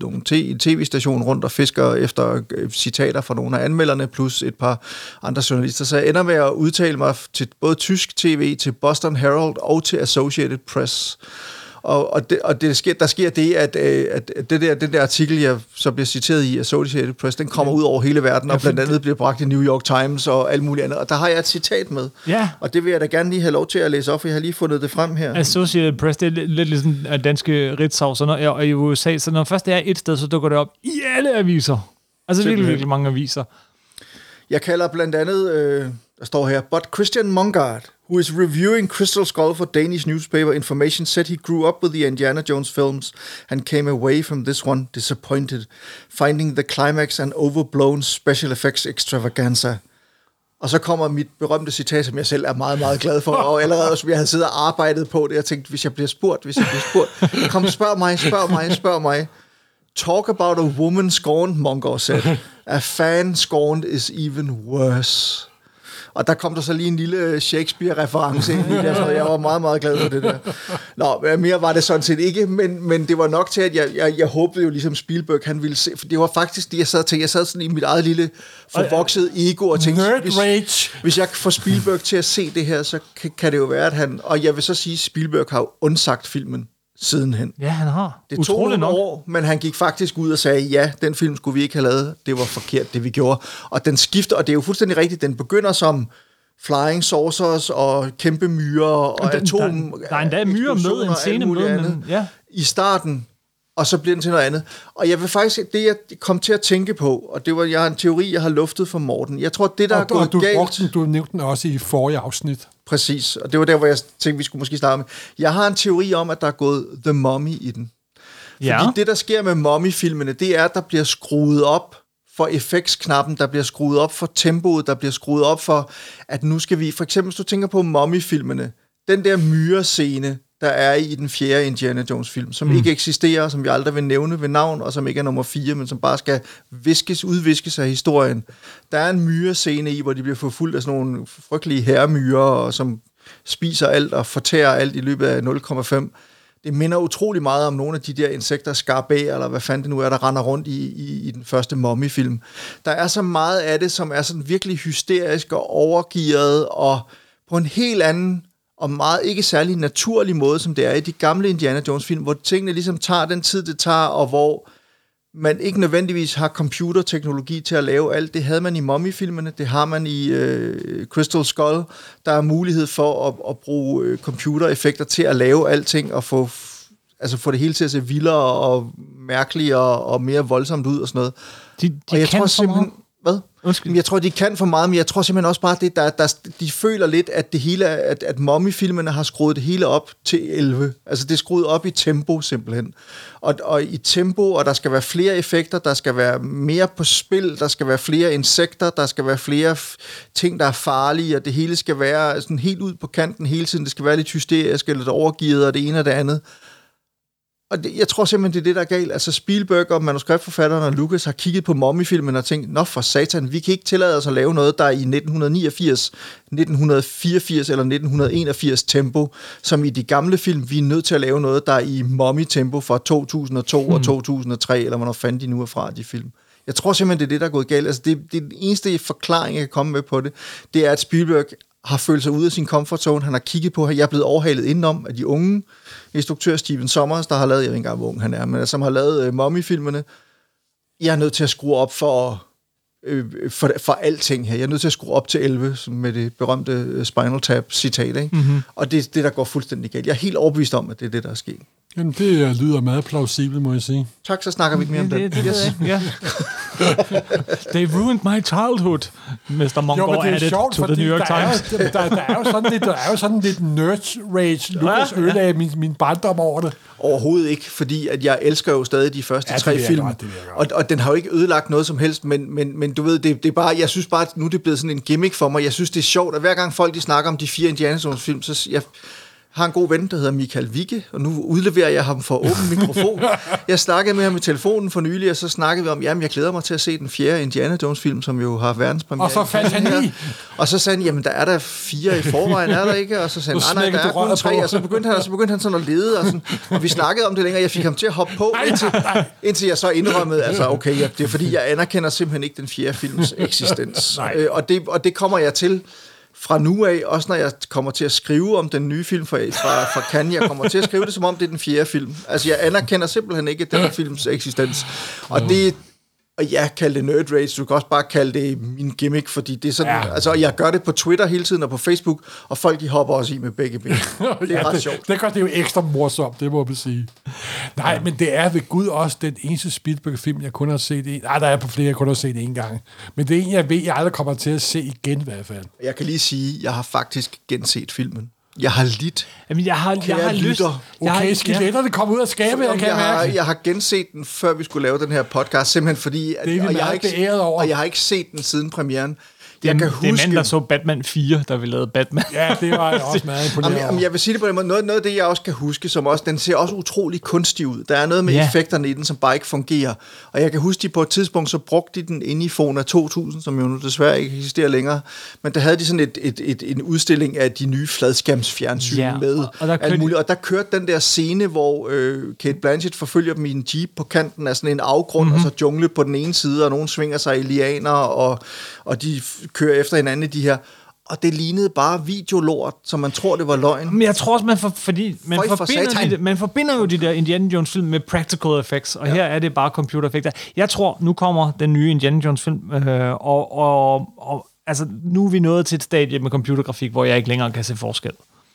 en tv-station rundt og fisker efter citater fra nogle af anmelderne, plus et par andre journalister. Så jeg ender med at udtale mig til både tysk tv, til Boston Herald og til Associated Press. Og der sker det, at den der artikel, jeg så bliver citeret i Associated Press, den kommer ud over hele verden, og blandt andet bliver bragt i New York Times og alt muligt andet. Og der har jeg et citat med. Ja. Og det vil jeg da gerne lige have lov til at læse op, for jeg har lige fundet det frem her. Associated Press, det er lidt ligesom danske Ritzau, og i USA, så når først det er et sted, så dukker det op i alle aviser. Altså virkelig mange aviser. Jeg kalder blandt andet, der står her, but Christian Mongard, who is reviewing Crystal Skull for Danish newspaper Information, said he grew up with the Indiana Jones films and came away from this one disappointed, finding the climax an overblown special effects extravaganza. Og så kommer mit berømte citat, som jeg selv er meget, meget glad for, og allerede som jeg havde siddet og arbejdet på det, jeg tænkte, hvis jeg bliver spurgt, kom, spørg mig. Talk about a woman scorned, Mongard said. A fan scorned is even worse. Og der kom der så lige en lille Shakespeare-reference ind i det, så jeg var meget, meget glad for det der. Nå, mere var det sådan set ikke, men det var nok til, at jeg håbede jo ligesom Spielberg, han ville se, for det var faktisk det, jeg sad og tænkte. Jeg sad sådan i mit eget lille forvoksede ego og tænkte, hvis jeg får Spielberg til at se det her, så kan det jo være, at han... Og jeg vil så sige, at Spielberg har jo undsagt filmen sidenhen. Ja, han har. Det tog nogle år, men han gik faktisk ud og sagde, ja, den film skulle vi ikke have lavet. Det var forkert, det vi gjorde. Og den skifter, og det er jo fuldstændig rigtigt, den begynder som flying saucers og kæmpe myrer og atom... Der er endda myrer med, en scene med, men ja. I starten, og så bliver den til noget andet. Og jeg vil faktisk, det jeg kom til at tænke på, og det var, jeg har en teori, jeg har luftet for Morten. Jeg tror, det der er gået galt... Du nævnte den også i forrige afsnit. Præcis, og det var der, hvor jeg tænkte, vi skulle måske starte med. Jeg har en teori om, at der er gået The Mummy i den. Fordi det, der sker med Mummy-filmene, det er, at der bliver skruet op for effektsknappen, der bliver skruet op for tempoet, der bliver skruet op for, at nu skal vi... For eksempel, hvis du tænker på Mummy-filmene, den der myrescene, der er i den 4. Indiana Jones-film, som ikke eksisterer, som vi aldrig vil nævne ved navn, og som ikke er nummer 4, men som bare skal udviskes af historien. Der er en myrescene i, hvor de bliver forfulgt af sådan nogle frygtelige herremyrer, og som spiser alt og fortærer alt i løbet af 0,5. Det minder utrolig meget om nogle af de der insekter, skarabæer, eller hvad fanden det nu er, der render rundt i den første Mummy-film. Der er så meget af det, som er sådan virkelig hysterisk og overgearet, og på en helt anden og meget ikke særlig naturlig måde, som det er i de gamle Indiana Jones-film, hvor tingene ligesom tager den tid, det tager, og hvor man ikke nødvendigvis har computerteknologi til at lave alt. Det havde man i Mummy-filmene, det har man i Crystal Skull. Der er mulighed for at bruge computereffekter til at lave alting, og få det hele til at se vildere og mærkeligere og mere voldsomt ud og sådan noget. Og jeg tror simpelthen... Hvad? Jeg tror, de kan for meget, men jeg tror simpelthen også bare, at de føler lidt, at det hele, at Mummy-filmene har skruet det hele op til 11. Altså, det er skruet op i tempo, simpelthen. Og i tempo, og der skal være flere effekter, der skal være mere på spil, der skal være flere insekter, der skal være flere ting, der er farlige, og det hele skal være sådan helt ud på kanten hele tiden. Det skal være lidt hysterisk, eller lidt overgivet, og det ene og det andet. Og jeg tror simpelthen, det er det, der er galt. Altså Spielberg og manuskriptforfatteren og Lucas har kigget på Mummy-filmen og tænkt, nå for satan, vi kan ikke tillade os at lave noget, der er i 1989, 1984 eller 1981 tempo, som i de gamle film, vi er nødt til at lave noget, der er i Mummy-tempo fra 2002 og 2003, eller hvornår fanden de nu er fra, de film. Jeg tror simpelthen, det er det, der er gået galt. Altså det den eneste forklaring, jeg kan komme med på det, det er, at Spielberg har følt sig ude af sin comfort zone. Han har kigget på, at jeg er blevet overhalet indenom af de unge instruktør Steven Sommers, der har lavet, jeg ved ikke engang, hvor ung han er, men som har lavet Mummy-filmene. Jeg er nødt til at skrue op for alting her. Jeg er nødt til at skrue op til 11, med det berømte Spinal Tap-citat. Ikke? Mm-hmm. Og det er det, der går fuldstændig galt. Jeg er helt overbevist om, at det er det, der er sket. Jamen, det lyder meget plausibelt, må jeg sige. Tak, så snakker vi ikke mere om det. Yes. Ja. They ruined my childhood, Mr. Mongard added to the New York Times. Der er jo sådan lidt nerd rage. Lucas ødelagde min barndom over det. Overhovedet ikke, fordi at jeg elsker jo stadig de første 3 film. Og den har jo ikke ødelagt noget som helst, men du ved, det er bare, jeg synes bare, at nu er det blevet sådan en gimmick for mig. Jeg synes, det er sjovt, at hver gang folk de snakker om de 4 Indiana Jones film, så har en god ven, der hedder Michael Vigge, og nu udleverer jeg ham for åben mikrofon. Jeg snakkede med ham i telefonen for nylig, og så snakkede vi om, jamen jeg glæder mig til at se den 4. Indiana Jones-film, som jo har verdenspremiere. Og så faldt han i. Og så sagde han, jamen der er der 4 i forvejen, er der ikke? Og så sagde han, nej, der er kun 3, og så begyndte han sådan at lede, og, sådan, og vi snakkede om det længere, jeg fik ham til at hoppe på, indtil jeg så indrømmede, altså okay, ja, det er fordi, jeg anerkender simpelthen ikke den 4. films eksistens. Og det kommer jeg til fra nu af, også når jeg kommer til at skrive om den nye film fra Cannes, jeg kommer til at skrive det, som om det er den 4. film. Altså, jeg anerkender simpelthen ikke den films eksistens. Og det, og jeg kalder det nerd rage, du kan også bare kalde det min gimmick, fordi det er sådan, altså, jeg gør det på Twitter hele tiden og på Facebook, og folk de hopper også i med begge ben. Det er ret sjovt. Det gør det jo ekstra morsomt, det må man sige. Nej, men det er ved Gud også den eneste Spielberg-film, jeg kun har set en. Nej, der er på flere, jeg kun har set en gang. Men det er en, jeg ved, jeg aldrig kommer til at se igen i hvert fald. Jeg kan lige sige, jeg har faktisk genset filmen. Jeg har lidt. Jamen, jeg har lyst. Okay, skeletterne kommer ud af skabet, jeg har genset den, før vi skulle lave den her podcast, simpelthen fordi, det er vi meget beæret over. Og jeg har ikke set den siden premieren. Det er manden, der så Batman 4, der vi lavede Batman. Ja, det var også meget imponerende. Jamen, jeg vil sige det på den måde. Noget af det, jeg også kan huske, som også, den ser også utrolig kunstig ud. Der er noget med effekterne i den, som bare ikke fungerer. Og jeg kan huske, de på et tidspunkt, så brugte de den inde i Fona 2000, som jo nu desværre ikke eksisterer længere. Men der havde de sådan en udstilling af de nye fladskærmsfjernsyn med alt muligt. Og der kørte den der scene, hvor Cate Blanchett forfølger dem i en jeep på kanten af sådan en afgrund, og så jungle på den ene side, og nogen svinger sig i lianer, og de kører efter hinanden i de her, og det lignede bare videolort, så man tror, det var løgn. Men jeg tror også, man forbinder jo de der Indiana Jones-film med practical effects, og her er det bare computereffekter. Jeg tror, nu kommer den nye Indiana Jones-film, og altså, nu er vi nået til et stadie med computergrafik, hvor jeg ikke længere kan se forskel.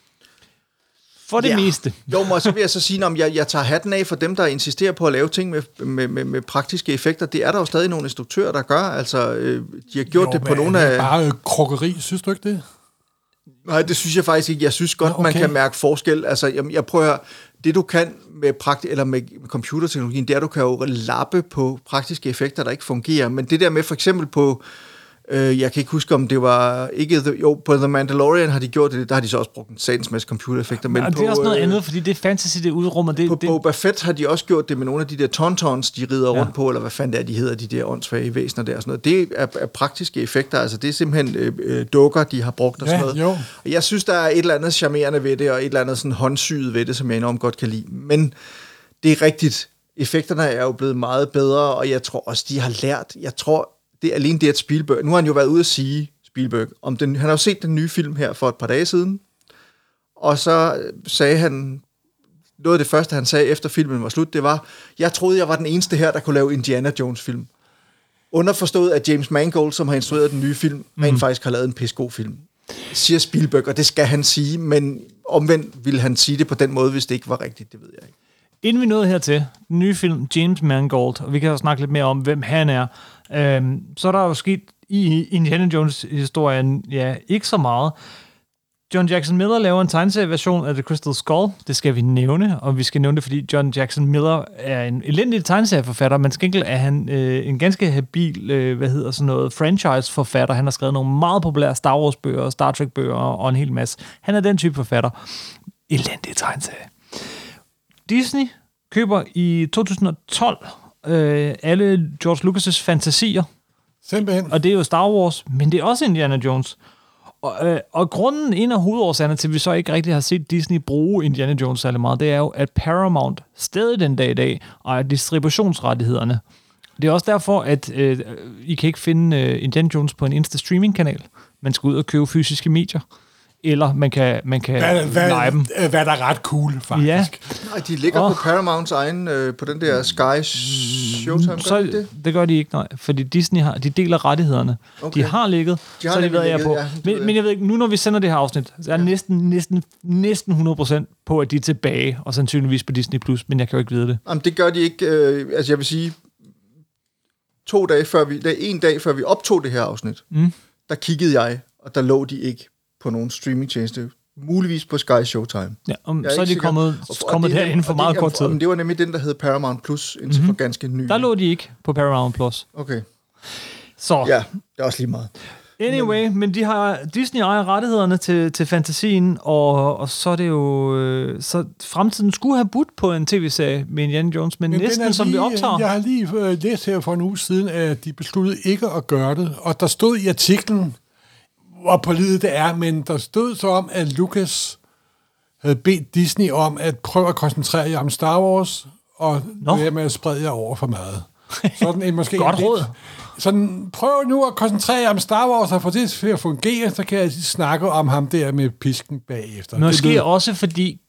For det meste. Jo, men så vil jeg så sige, at jeg tager hatten af for dem, der insisterer på at lave ting med praktiske effekter. Det er der jo stadig nogle instruktører, der gør. Altså, de har gjort det på nogle af... Bare krokkeri, synes du ikke det? Nej, det synes jeg faktisk ikke. Jeg synes godt, man kan mærke forskel. Altså, jeg prøver at høre, det du kan med computerteknologien, det er, du kan jo lappe på praktiske effekter, der ikke fungerer. Men det der med for eksempel på... jeg kan ikke huske, om det var ikke på The Mandalorian har de gjort det, der har de så også brugt en satans masse computereffekter. Men det er også noget andet, fordi det er fantasy, det udrummer. På Boba Fett har de også gjort det med nogle af de der tauntauns, de rider rundt på, eller hvad fanden det er, de hedder, de der åndssvage væsener der og sådan noget. Det er praktiske effekter, altså det er simpelthen dukker, de har brugt og sådan noget. Jo. Og jeg synes, der er et eller andet charmerende ved det, og et eller andet sådan håndsyet ved det, som jeg enormt godt kan lide. Men det er rigtigt. Effekterne er jo blevet meget bedre, og jeg tror også, de har lært. Jeg tror, det er alene det, at Spielberg... Nu har han jo været ude at sige, Spielberg, om den... Han har jo set den nye film her for et par dage siden, og så sagde han... Noget af det første, han sagde efter filmen var slut, det var, jeg troede, jeg var den eneste her, der kunne lave Indiana Jones-film. Underforstået, at James Mangold, som har instrueret den nye film, rent faktisk har lavet en pissegod film. Siger Spielberg, og det skal han sige, men omvendt ville han sige det på den måde, hvis det ikke var rigtigt, det ved jeg ikke. Inden vi nåede hertil, den nye film, James Mangold, og vi kan jo snakke lidt mere om, hvem han er, så er der jo sket i Indiana Jones-historien, ikke så meget. John Jackson Miller laver en tegneserieversion af The Crystal Skull. Det skal vi nævne, og vi skal nævne det, fordi John Jackson Miller er en elendig tegneserieforfatter, men skænkelt er han en ganske habil, franchise-forfatter. Han har skrevet nogle meget populære Star Wars-bøger, Star Trek-bøger og en hel masse. Han er den type forfatter. Elendig tegneserie. Disney køber i 2012 alle George Lucas' fantasier. Simpelthen. Og det er jo Star Wars, men det er også Indiana Jones. Og grunden, en af hovedårsagerne til, at vi så ikke rigtig har set Disney bruge Indiana Jones særlig meget, det er jo, at Paramount stadig den dag i dag ejer distributionsrettighederne. Det er også derfor, at I kan ikke finde Indiana Jones på en Insta-streaming-kanal. Man skal ud og købe fysiske medier. Eller man kan lege dem. Hvad der er ret cool, faktisk. Ja. Nej, de ligger på Paramounts egen, på den der Sky Showtime, så det gør de ikke, nej. Fordi Disney de deler rettighederne. Okay. De har ligget, så det ved jeg på. Ja, men jeg ved ikke, nu når vi sender det her afsnit, så er næsten 100% på, at de er tilbage, og sandsynligvis på Disney+, men jeg kan jo ikke vide det. Jamen, det gør de ikke. Altså, jeg vil sige, en dag før vi optog det her afsnit, der kiggede jeg, og der lå de ikke på nogle streamingtjeneste, muligvis på Sky Showtime. Ja, så er de kommet her inden for meget kort tid. Men det var nemlig den, der hed Paramount Plus, indtil for ganske ny. Der lå de ikke på Paramount Plus. Okay. Så. Ja, det er også lige meget. Anyway, men Disney ejer rettighederne til fantasien, og så er det jo... så fremtiden skulle have budt på en tv-serie med Indiana Jones, men næsten lige, som vi optager. Jeg har lige læst her for en uge siden, at de besluttede ikke at gøre det, og der stod i artiklen, hvor pålideligt det er, men der stod så om, at Lucas havde bedt Disney om at prøve at koncentrere jer om Star Wars, og det med at sprede jer over for meget. Sådan en måske godt råd. Sådan, prøv nu at koncentrere jer om Star Wars, og få det til at fungere, så kan jeg snakke om ham der med pisken bagefter. Måske også fordi,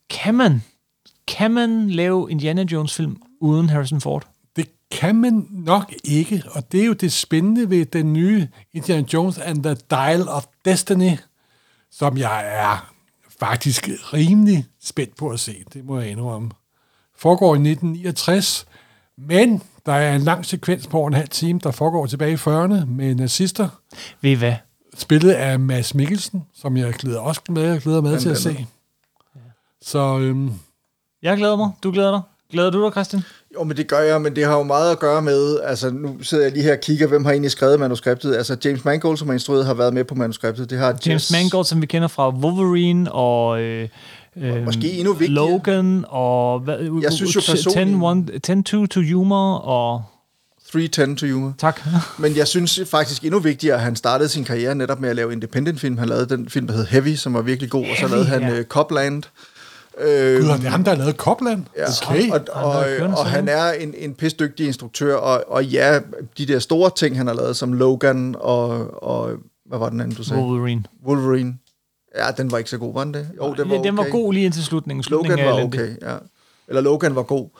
kan man lave Indiana Jones-film uden Harrison Ford? Det kan man nok ikke, og det er jo det spændende ved den nye Indiana Jones and the Dial of Destiny, som jeg er faktisk rimelig spændt på at se. Det må jeg indrømme. Foregår i 1969, men der er en lang sekvens på en halv time, der foregår tilbage i 40'erne med nazister. Ved I hvad? Spillet af Mads Mikkelsen, som jeg glæder med til at se. Ja. Så... Jeg glæder mig. Du glæder dig. Glæder du dig, Christian? Jo, men det gør jeg, men det har jo meget at gøre med, altså nu sidder jeg lige her og kigger, hvem har egentlig skrevet manuskriptet. Altså James Mangold, som har instrueret, har været med på manuskriptet. Det har James Mangold, som vi kender fra Wolverine og måske endnu vigtigere. Logan og jeg synes jo personligt 10-2 to Humor og 3:10 to Humor. Tak. Men jeg synes faktisk endnu vigtigere, at han startede sin karriere netop med at lave independent-film. Han lavede den film, der hed Heavy, som var virkelig god, og så lavede han Copland. Gud, det er ham, der har lavet Copland? Ja, okay. Og han er en pisdygtig instruktør, og ja, de der store ting, han har lavet, som Logan og hvad var den anden, du sagde? Wolverine. Ja, den var ikke så god, var den det? Jo, den var okay. Den var god lige indtil slutningen. Logan var okay, ja. Eller Logan var god.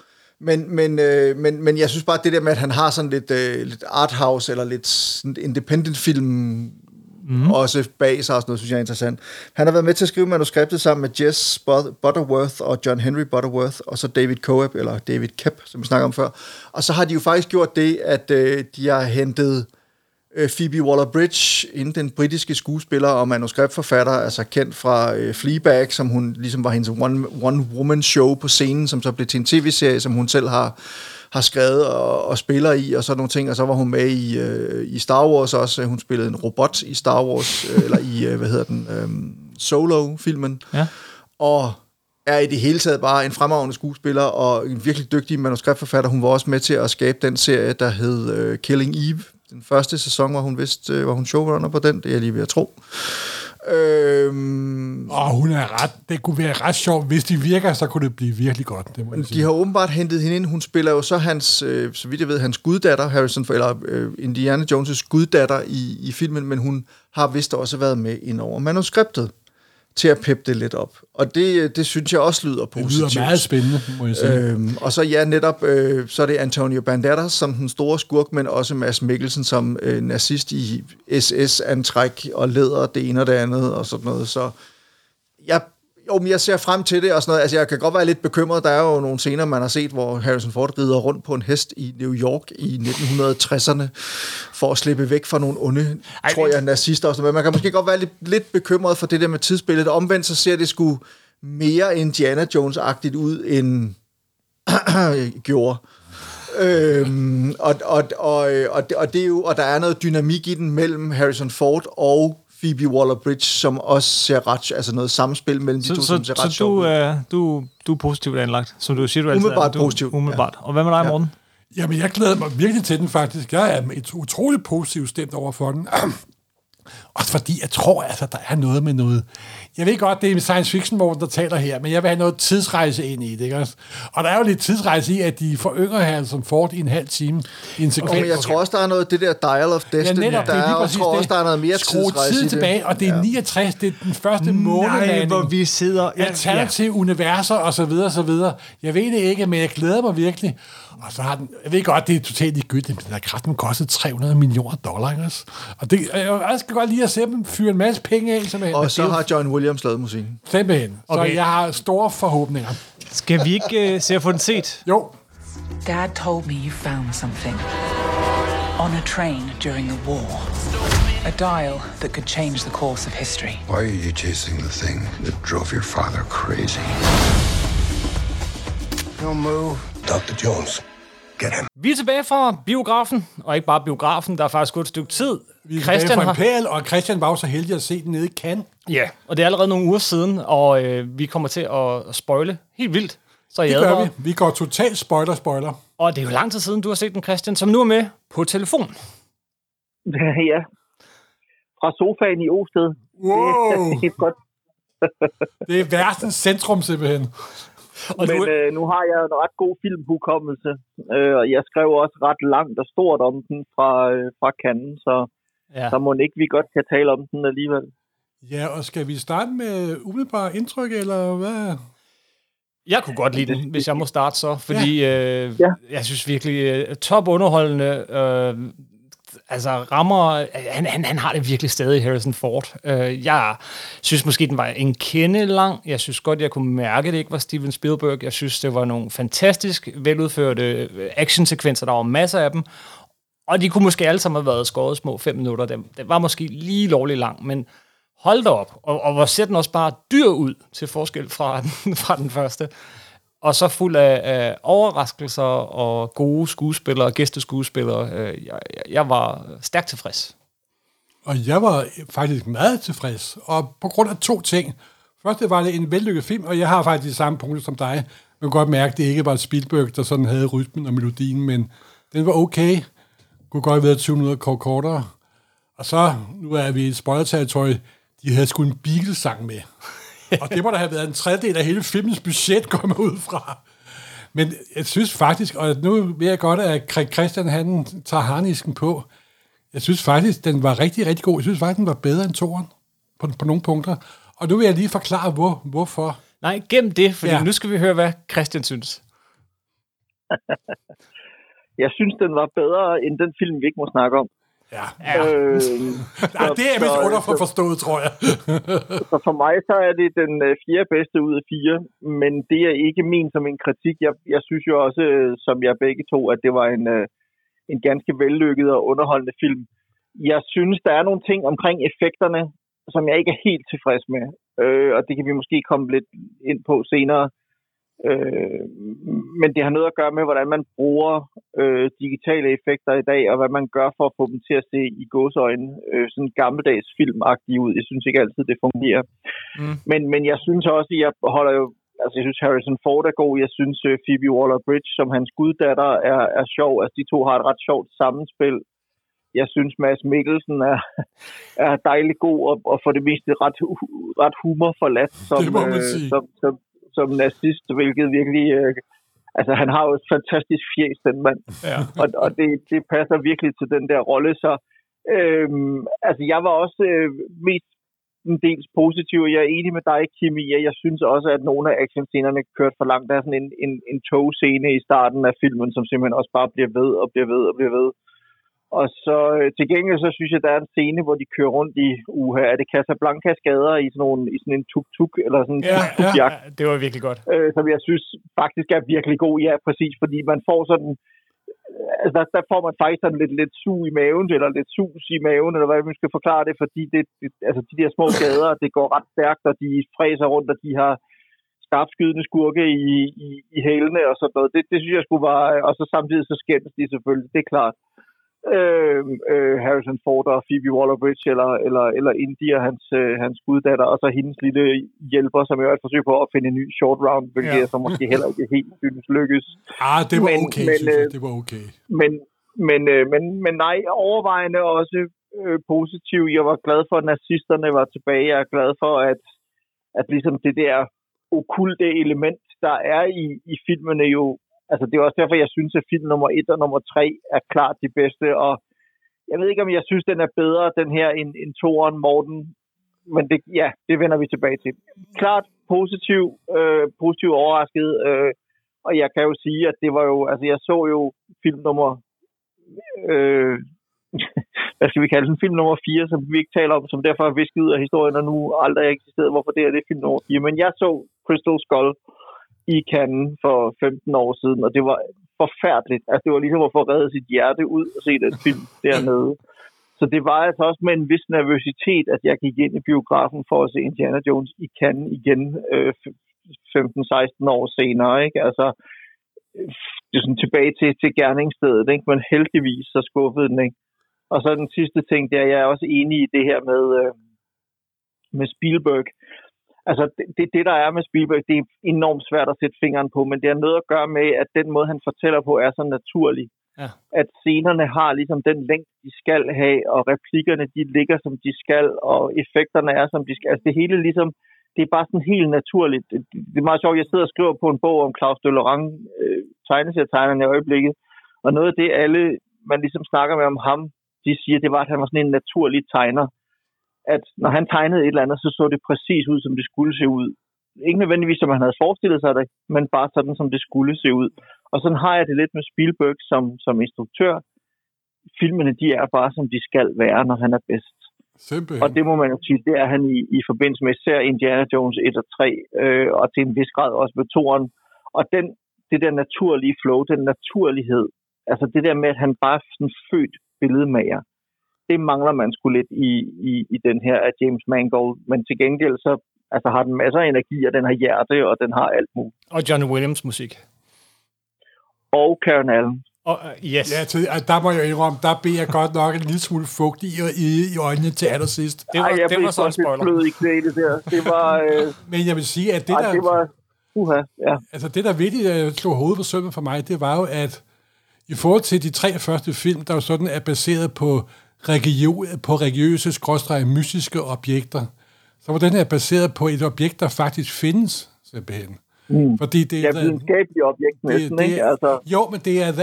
Men jeg synes bare, det der med, at han har sådan lidt arthouse, eller lidt sådan independent film, også bag sig og sådan noget, synes jeg er interessant. Han har været med til at skrive manuskriptet sammen med Jess Butterworth og John Henry Butterworth, og så David Koepp, eller David Koepp, som vi snakker om før. Og så har de jo faktisk gjort det, at de har hentet Phoebe Waller-Bridge, inden den britiske skuespiller og manuskriptforfatter, altså kendt fra Fleabag, som hun ligesom var hendes one-woman show på scenen, som så blev til en tv-serie, som hun selv har skrevet og spiller i, og sådan nogle ting, og så var hun med i Star Wars også. Hun spillede en robot i Star Wars, eller i, Solo-filmen. Ja. Og er i det hele taget bare en fremragende skuespiller, og en virkelig dygtig manuskriptforfatter. Hun var også med til at skabe den serie, der hed Killing Eve. Den første sæson var hun showrunner på den, det er jeg lige ved at tro. Hun er ret. Det kunne være ret sjovt. Hvis de virker, så kunne det blive virkelig godt. Det må jeg sige. De har åbenbart hentet hende ind. Hun spiller jo så hans, så vidt jeg ved, hans guddatter, Indiana Jones' guddatter i filmen, men hun har vist også været med ind over manuskriptet til at peppe det lidt op. Og det synes jeg også lyder positivt. Det lyder meget spændende, må jeg sige. Og så netop, så er det Antonio Banderas som den store skurk, men også Mads Mikkelsen som nazist i SS-antræk og læder det ene og det andet og sådan noget. Så jeg ser frem til det og sådan noget. Altså, jeg kan godt være lidt bekymret. Der er jo nogle scener, man har set, hvor Harrison Ford rider rundt på en hest i New York i 1960'erne for at slippe væk fra nogle onde, nazister og sådan noget. Man kan måske godt være lidt bekymret for det der med tidsbilledet. Omvendt så ser det sgu mere Indiana Jones-agtigt ud end gjorde. Og det er jo, og der er noget dynamik i den mellem Harrison Ford og Phoebe Waller-Bridge, som også ser ret, altså noget samspil mellem de to, som ser ret sjovt. Så du er positivt anlagt, som du siger, du altid umiddelbart positivt. Umiddelbart. Ja. Og hvad med dig, Morten? Jamen, jeg glæder mig virkelig til den, faktisk. Jeg er utroligt positivt stemt over for den. Også fordi jeg tror, altså, der er noget med noget... Jeg ved godt, det er science fiction, Morten, der taler her, men jeg vil have noget tidsrejse ind i det, ikke også? Og der er jo lidt tidsrejse i, at de forynger Harrison Ford i en halv time i en sekvens. Men jeg tror også, der er noget det der Dial of Destiny. Ja, netop, der er, og tror også, der er noget mere tidsrejse i det. Tilbage, og det er 69, det er den første månelanding. Hvor vi sidder... Alternative universer, og så videre, så videre. Jeg ved det ikke, men jeg glæder mig virkelig. Og så har den... Jeg ved godt, det er totalt ligegyldigt, men den har kraften kostet $300 million, ikke også? Og det, jeg skal godt lige at se dem fyre en masse penge af. Og så har John Williams lavet musikken. Simpelthen. Okay. Så jeg har store forhåbninger. Skal vi ikke se at få den set? Jo. Dad told me you found something on a train during the war. A dial that could change the course of history. Why are you chasing the thing that drove your father crazy? Don't move. Dr. Jones, Get him. Vi er tilbage fra biografen, og ikke bare biografen, der er faktisk gået et stykke tid. Vi er tilbage fra Imperial, og Christian var jo så heldig at se den nede i Cannes. Ja, og det er allerede nogle uger siden, og vi kommer til at spoile helt vildt. Så det gør vi. Vi går totalt spoiler. Og det er jo lang tid siden, du har set den, Christian, som nu er med på telefon. Ja. Fra sofaen i Osted. Wow! Det er helt godt. Det er verdens centrum, simpelthen. Men nu har jeg en ret god filmhukommelse, og jeg skrev også ret langt og stort om den fra Cannes, så må ikke vi godt kan tale om den alligevel. Ja, og skal vi starte med umiddelbare indtryk, eller hvad? Jeg kunne godt lide den, hvis jeg må starte så, fordi jeg synes virkelig top underholdende, altså rammer, han har det virkelig stadig, Harrison Ford. Jeg synes måske, den var en kende lang. Jeg synes godt, jeg kunne mærke, at det ikke var Steven Spielberg. Jeg synes, det var nogle fantastisk veludførte actionsekvenser. Der var masser af dem. Og de kunne måske alle sammen have været skåret små 5 minutter. Det var måske lige lovligt lang, men hold da op. Og hvor ser den også bare dyr ud, til forskel fra den første. Og så fuld af overraskelser og gode skuespillere, gæsteskuespillere. Jeg var stærkt tilfreds. Og jeg var faktisk meget tilfreds. Og på grund af 2 ting. Først var det en vellykket film, og jeg har faktisk de samme punkter som dig. Man kan godt mærke, at det ikke var Spielberg, der sådan havde rytmen og melodien, men den var okay. Kunne godt have været 20 minutter kortere. Og så, nu er vi i et spoiler-territorie, de havde sgu en Beatles-sang med. Og det må da have været en tredjedel af hele filmens budget, går man ud fra. Men jeg synes faktisk, og nu ved jeg godt, at Christian han tager harnisken på, jeg synes faktisk, den var rigtig, rigtig god. Jeg synes faktisk, den var bedre end 2'eren på nogle punkter. Og nu vil jeg lige forklare, hvorfor. Nej, gem det, for nu skal vi høre, hvad Christian synes. Jeg synes, den var bedre end den film, vi ikke må snakke om. Ja. Det er vist underforstået, tror jeg. Så for mig så er det den 4. bedste ud af 4, men det er ikke ment som en kritik. Jeg synes jo også, som jeg begge to, at det var en ganske vellykket og underholdende film. Jeg synes, der er nogle ting omkring effekterne, som jeg ikke er helt tilfreds med, og det kan vi måske komme lidt ind på senere. Men det har noget at gøre med, hvordan man bruger digitale effekter i dag, og hvad man gør for at få dem til at se i gåseøjne sådan gammeldags filmagtige ud. Jeg synes ikke altid, det fungerer. Men jeg synes også, jeg synes Harrison Ford er god. Jeg synes Phoebe Waller-Bridge som hans guddatter er sjov. Altså de to har et ret sjovt sammenspil. Jeg synes Mads Mikkelsen er dejlig god og for det meste ret humorforladt som nazist, hvilket virkelig... han har jo et fantastisk fjes, den mand. Ja. og det passer virkelig til den der rolle. Så jeg var også mest en dels positiv. Jeg er enig med dig, Kimi. Jeg synes også, at nogle af actionscenerne kørte for langt. Der er sådan en togscene i starten af filmen, som simpelthen også bare bliver ved og bliver ved og bliver ved. Og så til gengæld så synes jeg, der er en scene, hvor de kører rundt i er det Casablanca-skader i sådan en tuk-tuk, eller sådan en tuk-tuk-jagt. Ja, det var virkelig godt. Som jeg synes faktisk er virkelig god, ja, præcis, fordi man får sådan, der får man faktisk sådan lidt sug i maven, eller lidt sus i maven, eller hvad man skal forklare det, fordi de der små skader, det går ret stærkt, og de fræser rundt, og de har skarpskydende skurke i hælene, og sådan noget. Det synes jeg skulle være, og så samtidig så skændes de selvfølgelig, det er klart. Harrison Ford og Phoebe Waller-Bridge eller Indy og hans guddatter, og så hendes lille hjælper, som jo er et forsøg på at finde en ny short round, hvilket jeg så måske heller ikke helt synes lykkes. Det var okay, det var okay. Men nej, overvejende også positiv. Jeg var glad for, at nazisterne var tilbage. Jeg er glad for, at ligesom det der okkulte element, der er i filmene jo. Altså, det er også derfor, jeg synes, at film nummer 1 og nummer 3 er klart de bedste, og jeg ved ikke, om jeg synes, den er bedre, den her, end toeren, Morten, men det vender vi tilbage til. Klart positiv overrasket, og jeg kan jo sige, at det var jo, altså, jeg så jo film nummer, hvad skal vi kalde den, film nummer 4, som vi ikke taler om, som derfor er visket ud af historien, og nu aldrig har eksisteret, hvorfor det er film nummer 4, men jeg så Crystal Skull i Cannes for 15 år siden, og det var forfærdeligt. Altså, det var ligesom at få reddet sit hjerte ud og se den film dernede. Så det var altså også med en vis nervøsitet, at jeg gik ind i biografen for at se Indiana Jones i Cannes igen 15-16 år senere. Ikke? Altså, det er sådan tilbage til gerningsstedet, ikke? Men heldigvis så skuffede den, ikke? Og så den sidste ting, det er, jeg er også enig i det her med Spielberg. Altså, det der er med Spielberg, det er enormt svært at sætte fingeren på, men det har noget at gøre med, at den måde, han fortæller på, er så naturlig. Ja. At scenerne har ligesom den længde, de skal have, og replikkerne, de ligger, som de skal, og effekterne er, som de skal. Altså, det hele ligesom, det er bare sådan helt naturligt. Det er meget sjovt, jeg sidder og skriver på en bog om Claus de Lorang, tegneserietegneren i øjeblikket, og noget af det, alle, man ligesom snakker med om ham, de siger, det var, at han var sådan en naturlig tegner. At når han tegnede et eller andet, så det præcis ud, som det skulle se ud. Ikke nødvendigvis, som han havde forestillet sig det, men bare sådan, som det skulle se ud. Og sådan har jeg det lidt med Spielberg som instruktør. Filmene, de er bare, som de skal være, når han er bedst. Simpelthen. Og det må man jo sige, det er han i forbindelse med især Indiana Jones 1 og 3, og til en vis grad også med 2'eren. Og det der naturlige flow, den naturlighed, altså det der med, at han bare er sådan født billedmager, det mangler man sgu lidt i den her af James Mangold. Men til gengæld så har den masser af energi, og den har hjerte, og den har alt muligt. Og John Williams musik. Og Karen Allen. Yes. Ja, der må jeg indrømme, der blev jeg godt nok en lille smule fugt i øjnene til allersidst. Det var sådan en spoiler. Blød i knæet der. Det var... Men jeg vil sige, at det der... det var... ja. Altså det, der virkelig slog hovedet på sømmet for mig, det var jo, at i forhold til de 3 første film, der jo sådan er baseret på religiøse, mystiske objekter, så var den her baseret på et objekt, der faktisk findes, simpelthen. Fordi det er videnskabelige objekt næsten, ikke? Altså... Jo, men det er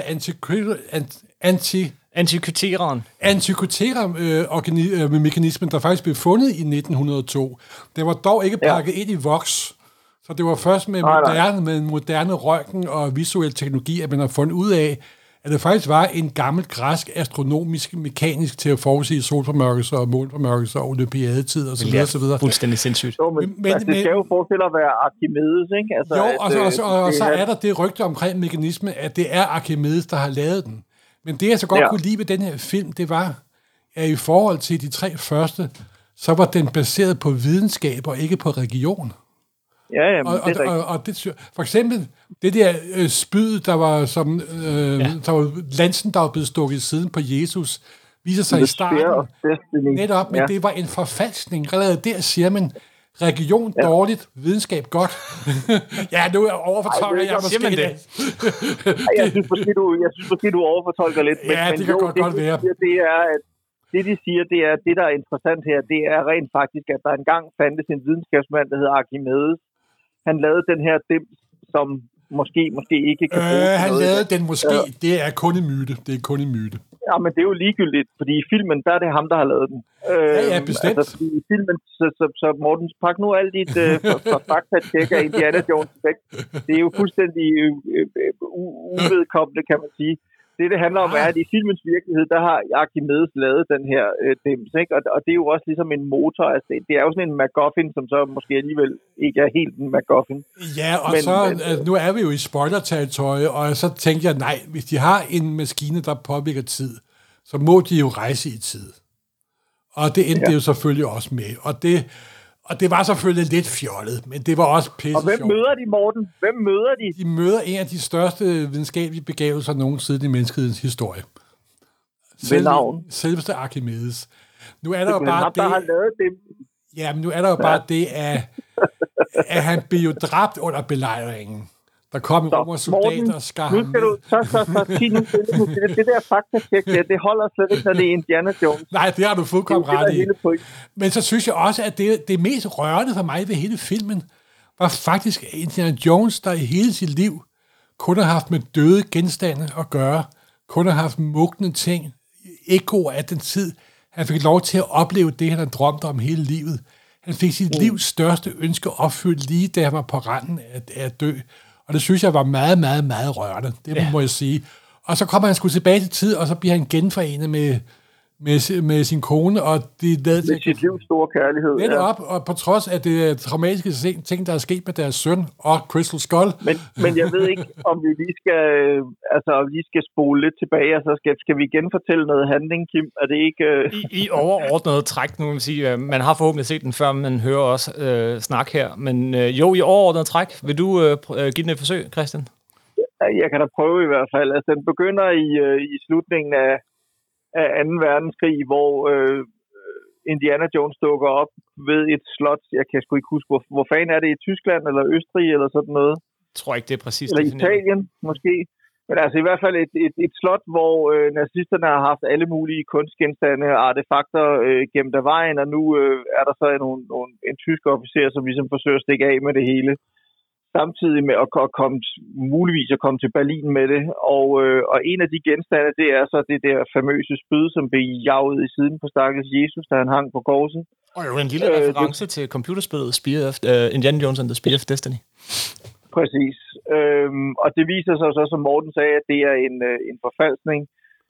antikythera-mekanismen, der faktisk blev fundet i 1902. Det var dog ikke pakket ind i voks, så det var først med moderne røntgen og visuel teknologi, at man har fundet ud af, at det faktisk var en gammel græsk astronomisk mekanisk til at forudsige solformørkelser og måneformørkelser og olympiadetid og så videre, så videre. Fuldstændig sindssygt. Jo, men det skal jo forestille at være Archimedes, ikke? Altså, og så er der det rygte omkring mekanisme, at det er Archimedes, der har lavet den. Men det, jeg så godt kunne lide ved den her film, det var, at i forhold til de 3 første, så var den baseret på videnskab og ikke på religion. Ja, og det, for eksempel det der spyd, der var som der var lansen, der var blevet stukket i siden på Jesus, viser sig i starten netop, men det var en forfalskning. Allerede der siger man, religion dårligt, videnskab godt. Ja, nu overfortolker jeg måske det. Jeg synes måske, du overfortolker lidt. Ja, men det kan godt være. Det er, at det, de siger, det er, det, der er interessant her, det er rent faktisk, at der engang fandtes en videnskabsmand, der hedder Archimedes. Han lavede den her dims, som måske ikke kan bruges. Han lavede den måske. Det er kun en myte. Ja, men det er jo ligegyldigt, fordi i filmen, der er det ham, der har lavet den. Ja, bestemt. Altså, i filmen, så Morten, pak nu alt dit faktatjek af Indiana Jones væk. Det er jo fuldstændig uvedkommende, kan man sige. Det handler om, er, at i filmens virkelighed, der har Archimedes lavet den her dims, ikke? Og det er jo også ligesom en motor. Altså, det er jo sådan en MacGuffin, som så måske alligevel ikke er helt en MacGuffin. Ja, og nu er vi jo i spoiler-territorie, og så tænker jeg, nej, hvis de har en maskine, der påvirker tid, så må de jo rejse i tid. Og det endte jo selvfølgelig også med. Og det var selvfølgelig lidt fjollet, men det var også pisse. Og hvem møder de, Morten? Hvem møder de? De møder en af de største videnskabelige begavelser nogensinde i menneskehedens historie. Selveste Archimedes. Nu er der jo bare det... har lavet det. Ja, men nu er der jo bare det, at han blev jo dræbt under belejringen. Der kom en romersoldat og skar ham ned. Så det der faktatjek, det holder slet ikke, når det er Indiana Jones. Nej, det har du fuldkommen ret i. Men så synes jeg også, at det mest rørende for mig ved hele filmen, var faktisk Indiana Jones, der i hele sit liv kun har haft med døde genstande at gøre, kun har haft mugne ting, ekkoer af den tid. Han fik lov til at opleve det, han havde drømt om hele livet. Han fik sit livs største ønske opfyldt lige da han var på randen af at dø. Og det synes jeg var meget, meget, meget rørende. Det må jeg sige. Og så kommer han sgu tilbage til tid, og så bliver han genforenet med sin kone, og det lavede med sit livs store kærlighed. Netop, og på trods af det traumatiske ting, der er sket med deres søn og Crystal Skull. Men jeg ved ikke, om vi lige skal spole lidt tilbage, og så skal vi genfortælle noget handling, Kim? Er det ikke... I overordnet træk, nu kan man sige, man har forhåbentlig set den før, man hører også snak her, men jo, i overordnet træk. Vil du give den et forsøg, Christian? Jeg kan da prøve i hvert fald. Altså, den begynder i slutningen af 2. verdenskrig, hvor Indiana Jones dukker op ved et slot. Jeg kan sgu ikke huske, hvor fanden er det? I Tyskland eller Østrig eller sådan noget? Jeg tror ikke, det er præcis eller defineret. Italien, måske. Men altså i hvert fald et slot, hvor nazisterne har haft alle mulige kunstgenstande og artefakter gemt af vejen, og nu er der så en tysk officer, som ligesom forsøger at stikke af med det hele. Samtidig med at muligvis at komme til Berlin med det. Og en af de genstande, det er så det der famøse spyd, som blev jaget i siden på stakkels Jesus, da han hang på korset. Og jo en lille reference til computerspillet Indiana Jones and the Spear of Destiny. Præcis. Og det viser sig så, som Morten sagde, at det er en forfalskning.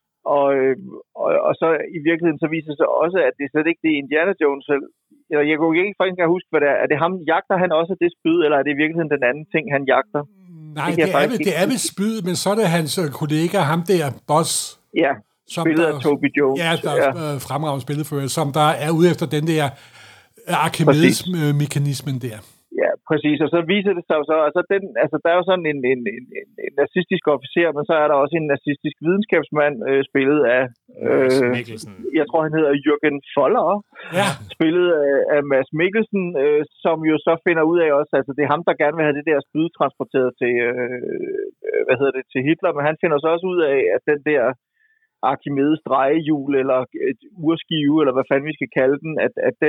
Og så i virkeligheden så viser det sig også, at det er slet ikke det Indiana Jones selv. Jeg kunne ikke faktisk huske, hvad det er. Er det ham, jagter han også det spyd, eller er det i virkeligheden den anden ting, han jagter? Nej, det er ved spyd, men så er det hans kollega, ham der, Boss. Ja, spillet af Toby Jones. Ja, der er fremragende spilledfører, som der er ude efter den der Archimedes-mekanismen der. Ja, præcis. Og så viser det sig så, der er jo sådan en nazistisk officer, men så er der også en nazistisk videnskabsmand, spillet af, jeg tror han hedder Jürgen Voller, spillet af Mads Mikkelsen, som jo så finder ud af også, altså det er ham, der gerne vil have det der spyd transporteret til, til Hitler, men han finder så også ud af, at den der Archimedes drejehjul, eller urskive, eller hvad fanden vi skal kalde den,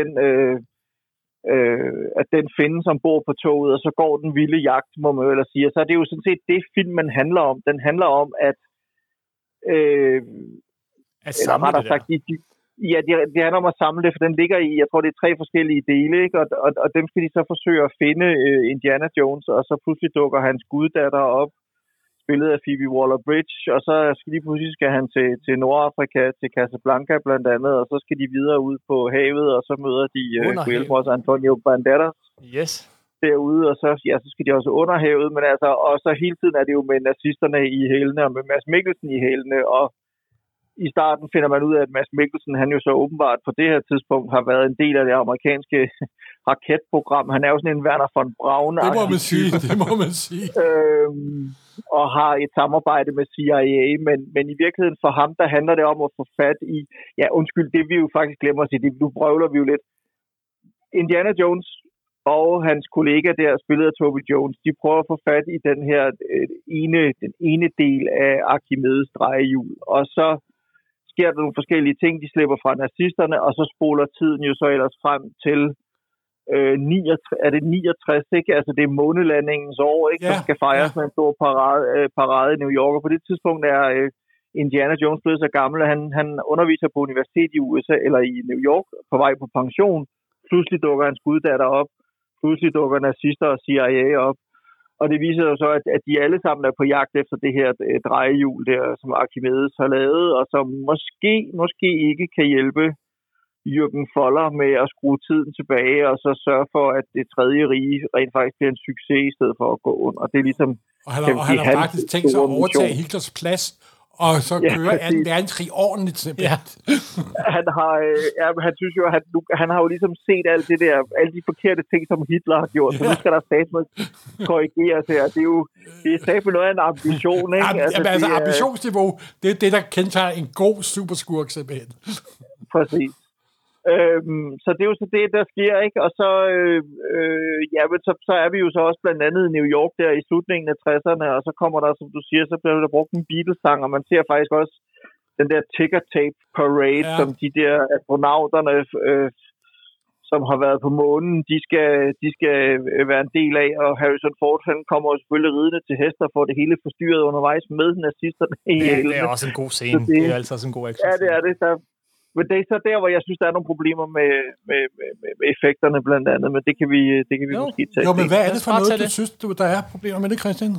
at den findes ombord på toget, og så går den vilde jagt, må man jo ellers sige. Og så er det jo sådan set det, filmen handler om. Den handler om, at samle det sagt, det handler om at samle det, for den ligger i, jeg tror, det er 3 forskellige dele, ikke? Og dem skal de så forsøge at finde Indiana Jones, og så pludselig dukker hans guddatter op, spillet af Phoebe Waller-Bridge, og så skal de pludselig skal han til Nordafrika, til Casablanca blandt andet, og så skal de videre ud på havet, og så møder de også Antonio Banderas derude, og så skal de også under havet, men altså, og så hele tiden er det jo med nazisterne i hælene, og med Mads Mikkelsen i hælene, og i starten finder man ud af, at Mads Mikkelsen, han jo så åbenbart på det her tidspunkt har været en del af det amerikanske raketprogram. Han er jo sådan en Werner von Braun. Det må man sige. Og har et samarbejde med CIA, men i virkeligheden for ham, der handler det om at få fat i, det vi jo faktisk glemmer at sige, nu brøvler vi jo lidt. Indiana Jones og hans kollega der, spillet af Toby Jones, de prøver at få fat i den her den ene del af Archimedes drejehjul, og så sker der nogle forskellige ting, de slipper fra nazisterne, og så spoler tiden jo så ellers frem til 69, ikke? Altså det er månelandingens år, ikke? Der skal fejres med en stor parade i New York, og på det tidspunkt er Indiana Jones blevet så gammel, at han underviser på universitet i USA, eller i New York, på vej på pension. Pludselig dukker hans guddatter op, pludselig dukker nazister og CIA op, og det viser jo så, at de alle sammen er på jagt efter det her drejehjul der, som Archimedes har lavet, og som måske ikke kan hjælpe Jürgen Voller med at skrue tiden tilbage, og så sørge for, at det tredje rige rent faktisk bliver en succes, i stedet for at gå under. Og det er ligesom... Og han har faktisk tænkt sig at overtage Hitlers plads, og så køre 2. verdenskrig ordentligt simpelthen. Han synes jo, at han har jo ligesom set alt det der, alle de forkerte ting, som Hitler har gjort, så nu skal der stadig korrigeres her. Det er stadig noget af en ambition, ikke? Altså ambitionsniveau, det er det, der kendetegner en god superskurk simpelthen. Præcis. Så det er jo så det, der sker, ikke? Og så, så er vi jo så også blandt andet i New York der i slutningen af 60'erne, og så kommer der, som du siger, så bliver der brugt en Beatles-sang, og man ser faktisk også den der ticker tape parade, som de der astronauterne, som har været på månen, de skal være en del af, og Harrison Ford, han kommer selvfølgelig ridende til hest og får det hele forstyrret undervejs med nazisterne. Det er også en god scene. Det er altså også en god action. Ja, det er det. Men det er så der, hvor jeg synes, der er nogle problemer med effekterne blandt andet, men det kan vi måske tage. Jo, men hvad er det for noget, du synes, der er problemer med det, Christian?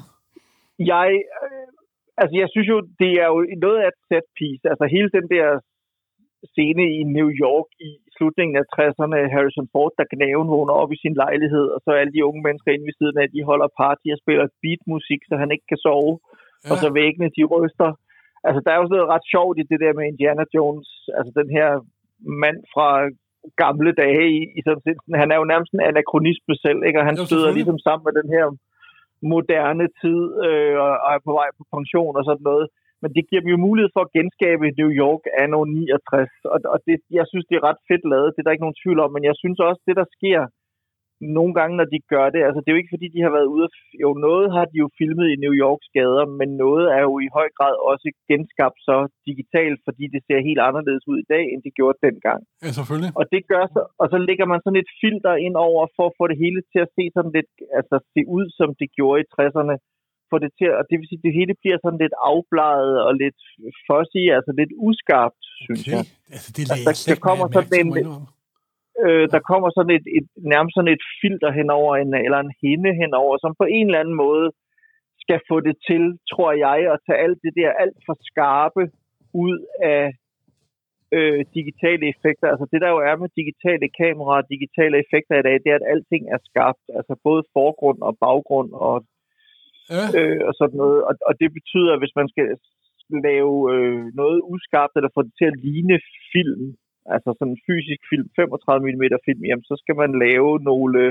Jeg synes jo, det er jo noget af et set piece. Altså hele den der scene i New York i slutningen af 60'erne, Harrison Ford, der gnaven vågner op i sin lejlighed, og så alle de unge mennesker inde ved siden af, de holder party og spiller beatmusik, så han ikke kan sove, og så væggene, de ryster. Altså, der er jo sådan noget ret sjovt i det der med Indiana Jones, altså den her mand fra gamle dage i sådan set. Han er jo nærmest en anachronisme selv, ikke? Og han støder ligesom sammen med den her moderne tid og er på vej på pension og sådan noget. Men det giver dem jo mulighed for at genskabe New York anno 69, og det, jeg synes, det er ret fedt lavet. Det er der ikke nogen tvivl om, men jeg synes også, det der sker nogle gange, når de gør det, altså det er jo ikke fordi, de har været ude jo noget har de jo filmet i New Yorks gader, men noget er jo i høj grad også genskabt så digitalt, fordi det ser helt anderledes ud i dag, end det gjorde dengang. Ja, selvfølgelig. Og det gør så, og så lægger man sådan et filter ind over, for at få det hele til at se sådan lidt, altså se ud, som det gjorde i 60'erne, for det til, og det vil sige, det hele bliver sådan lidt afbladet og lidt fuzzy, altså lidt uskarpt, synes jeg. Altså, det der kommer sådan der kommer sådan et nærmest sådan et filter henover eller en hinde henover, som på en eller anden måde skal få det til, tror jeg, at tage alt det der alt for skarpe ud af digitale effekter. Altså det der jo er med digitale kameraer og digitale effekter i dag, det er, at alting er skarpt. Altså både forgrund og baggrund og sådan noget. Og det betyder, at hvis man skal lave noget uskarpt eller få det til at ligne film, altså sådan en fysisk film, 35 mm film, jamen så skal man lave nogle,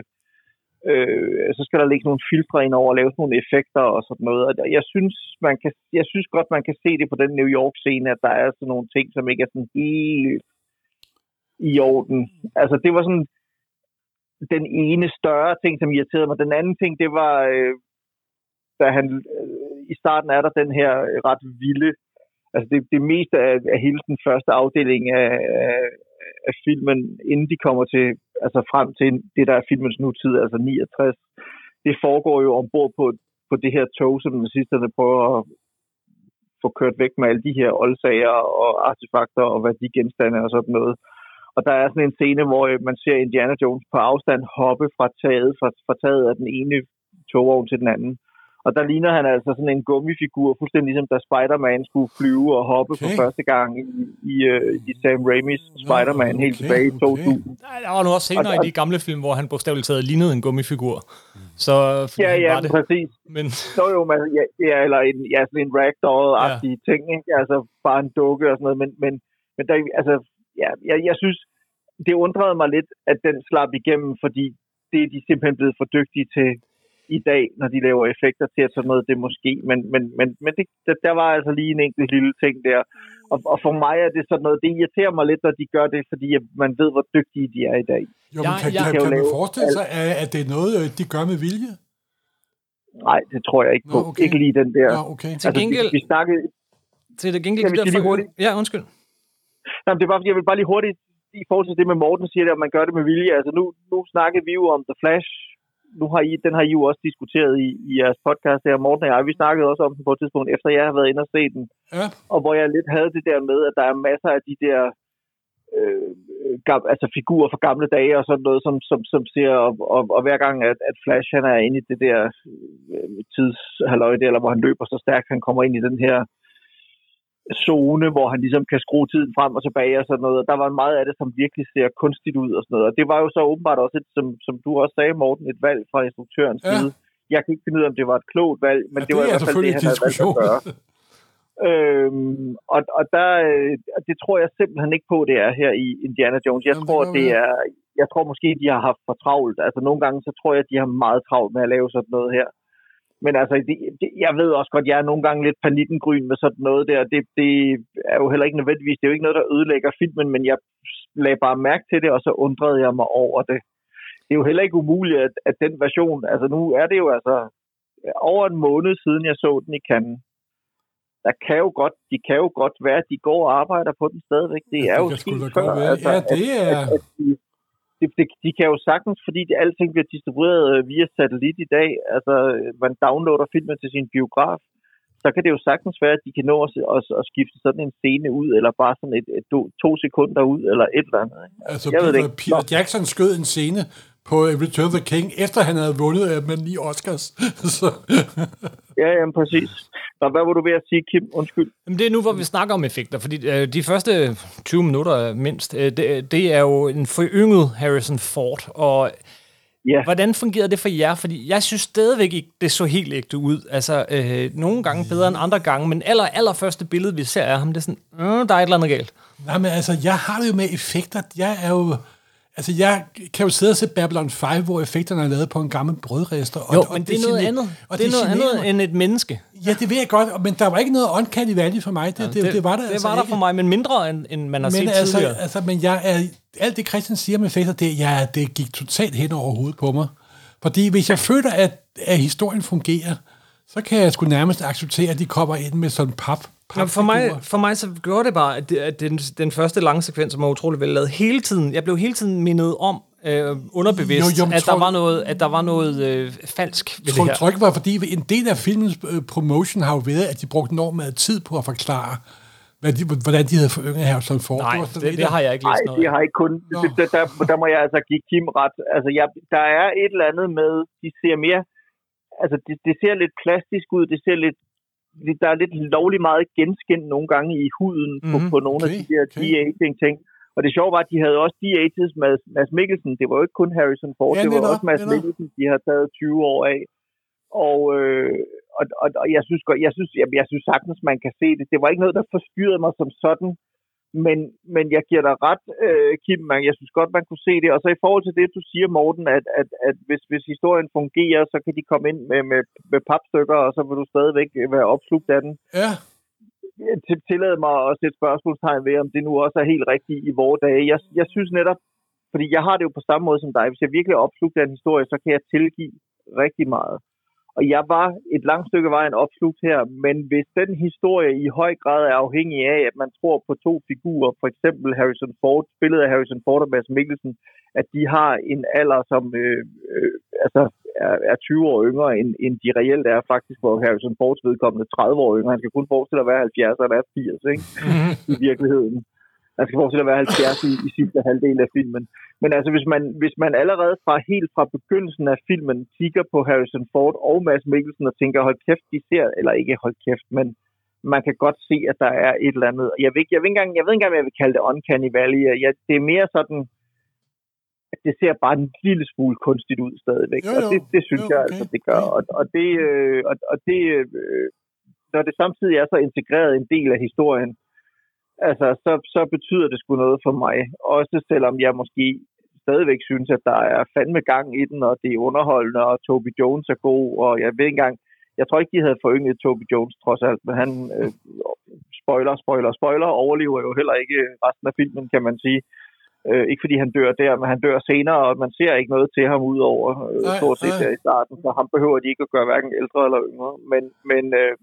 så skal der ligge nogle filtre ind over og lave nogle effekter og sådan noget. Og jeg synes godt, man kan se det på den New York-scene, at der er sådan nogle ting, som ikke er sådan helt i orden. Altså det var sådan den ene større ting, som irriterede mig. Den anden ting, det var, da han i starten er der den her ret vilde, altså det meste af hele den første afdeling af filmen, inden de kommer til, altså frem til det, der er filmens nutid, altså 69, det foregår jo ombord på det her tog, som nazisterne prøver at få kørt væk med alle de her oldsager og artefakter og værdigenstande og sådan noget. Og der er sådan en scene, hvor man ser Indiana Jones på afstand hoppe fra taget af den ene togvogn til den anden. Og der ligner han altså sådan en gummifigur, fuldstændig ligesom da Spider-Man skulle flyve og hoppe for første gang i Sam Raimis Spider-Man helt tilbage i 2000. Der var nu også senere i de gamle film, hvor han bogstaveligt taget lignede en gummifigur. Så ja, præcis. Men så jo man eller sådan en ragdoll-agtig ting, ikke? Altså bare en dukke og sådan noget, men der, altså jeg synes det undrede mig lidt, at den slap igennem, fordi det er de simpelthen blevet for dygtige til i dag, når de laver effekter til at sådan noget, det måske, men det, der var altså lige en enkelt lille ting der, og for mig er det sådan noget, det irriterer mig lidt, når de gør det, fordi man ved, hvor dygtige de er i dag. Jo, men kan man forestille sig, at det er noget, de gør med vilje? Nej, det tror jeg ikke på. Okay. Ikke lige den der. Okay. Til gengæld, vi snakkede... Til det gengæld... Ja, undskyld. Nej, det er bare, fordi jeg vil bare lige hurtigt, i forhold til det med Morten siger, at man gør det med vilje. Altså nu snakkede vi jo om The Flash. Den har I jo også diskuteret i jeres podcast her, Morten og jeg. Vi snakkede også om den på et tidspunkt, efter jeg har været inde og set den. Ja. Og hvor jeg lidt havde det der med, at der er masser af de der altså figurer fra gamle dage og sådan noget, som ser, og hver gang, at Flash han er inde i det der tidshalløjde, eller hvor han løber så stærkt, han kommer ind i den her zone, hvor han ligesom kan skrue tiden frem og tilbage og sådan noget. Og der var meget af det, som virkelig ser kunstigt ud og sådan noget. Og det var jo så åbenbart også, som du også sagde, Morten, et valg fra instruktørens side. Jeg kan ikke finde ud af, om det var et klogt valg, men det var i hvert fald det, han havde valgt at gøre. Og der, det tror jeg simpelthen ikke på, det er her i Indiana Jones. Jeg tror måske, de har haft for travlt. Altså nogle gange, så tror jeg, de har meget travlt med at lave sådan noget her. Men altså, jeg ved også godt, jeg er nogle gange lidt panikengryn med sådan noget der. Det er jo heller ikke nødvendigvis, det er jo ikke noget, der ødelægger filmen, men jeg lagde bare mærke til det, og så undrede jeg mig over det. Det er jo heller ikke umuligt, at den version, altså nu er det jo altså over en måned siden, jeg så den i Cannes. De kan jo godt være, at de går og arbejder på den stadigvæk. Det er jo sket før. Altså, ja, det er... De kan jo sagtens, fordi alting bliver distribueret via satellit i dag, altså man downloader filmen til sin biograf, så kan det jo sagtens være, at de kan nå at skifte sådan en scene ud, eller bare sådan et 2 sekunder ud, eller et eller andet. Altså Peter Jackson skød en scene på Return of the King, efter han havde vundet med 9 Oscars. Ja, jamen præcis. Nå, hvad var du ved at sige, Kim? Undskyld. Jamen, det er nu, hvor vi snakker om effekter, fordi de første 20 minutter mindst, det er jo en forynget Harrison Ford, og hvordan fungerede det for jer? Fordi jeg synes stadigvæk ikke, det så helt ægte ud. Altså, nogle gange bedre end andre gange, men allerførste billede, vi ser af ham, det er sådan, der er et eller andet galt. Nej, men altså, jeg har det jo med effekter. Jeg er jo... Altså, jeg kan jo sidde og se Babylon 5, hvor effekterne er lavet på en gammel brødrester. Jo, men det er noget andet. Det er noget andet end et menneske. Ja, det ved jeg godt, men der var ikke noget uncanny valley for mig. Det var der det altså var der ikke. For mig, men mindre end man har set tidligere. Men jeg er, alt det Christian siger med effekter, det gik totalt hen over hovedet på mig. Fordi hvis jeg føler, at historien fungerer, så kan jeg sgu nærmest acceptere, at de kommer ind med sådan pap. For mig så gjorde det bare, at den første lange sekvens, som var utrolig vel lavet hele tiden. Jeg blev hele tiden mindet om, underbevidst, at der var noget falsk ved det her. Tror ikke var, fordi en del af filmens promotion har jo været, at de brugte enormt meget tid på at forklare, hvordan de havde forynget Harrison Ford. Nej, det har jeg ikke læst noget. Nej, det har ikke kun... Der må jeg altså give Kim ret. Altså, der er et eller andet med, de ser mere... Altså, det ser lidt plastisk ud, det ser lidt... Der er lidt lovligt meget genskin nogle gange i huden på nogle af de der de-aging-ting. Og det sjove var, at de havde også de-ages med Mads Mikkelsen. Det var jo ikke kun Harrison Ford, det var også Mads Mikkelsen, de har taget 20 år af. Og jeg synes sagtens, man kan se det. Det var ikke noget, der forstyrrede mig som sådan. Men jeg giver dig ret, Kim, jeg synes godt, man kunne se det. Og så i forhold til det, du siger, Morten, at hvis historien fungerer, så kan de komme ind med papstykker, og så vil du stadigvæk være opslugt af den. Ja. Tillad mig også et spørgsmålstegn ved, om det nu også er helt rigtigt i vore dage. Jeg synes netop, fordi jeg har det jo på samme måde som dig. Hvis jeg virkelig er opslugt af en historie, så kan jeg tilgive rigtig meget. Og jeg var et langt stykke vejen opslugt her, men hvis den historie i høj grad er afhængig af, at man tror på to figurer, for eksempel Harrison Ford, spillet af Harrison Ford og Mads Mikkelsen, at de har en alder, som er 20 år yngre, end de reelt er faktisk, hvor Harrison Fords vedkommende 30 år yngre. Han skal kun forestille at være 70 og være 80, ikke? I virkeligheden. Han skal forestille at være 70 i sidste halvdel af filmen. Men altså, hvis man allerede helt fra begyndelsen af filmen kigger på Harrison Ford og Mads Mikkelsen og tænker, hold kæft, de ser, eller ikke hold kæft, men man kan godt se, at der er et eller andet. Jeg ved ikke engang, hvad jeg vil kalde det uncanny valley. Det er mere sådan, at det ser bare en lille smule kunstigt ud stadigvæk. Jo. Og det synes jeg altså, det gør. Og det, når det samtidig er så integreret en del af historien, altså, så betyder det sgu noget for mig. Også selvom jeg måske stadigvæk synes, at der er fandme gang i den, og det er underholdende, og Toby Jones er god, og jeg ved ikke engang, jeg tror ikke, de havde forynget Toby Jones trods alt, men han, spoiler, overlever jo heller ikke resten af filmen, kan man sige. Ikke fordi han dør der, men han dør senere, og man ser ikke noget til ham udover stort set der i starten, så ham behøver de ikke at gøre hverken ældre eller yngre. Men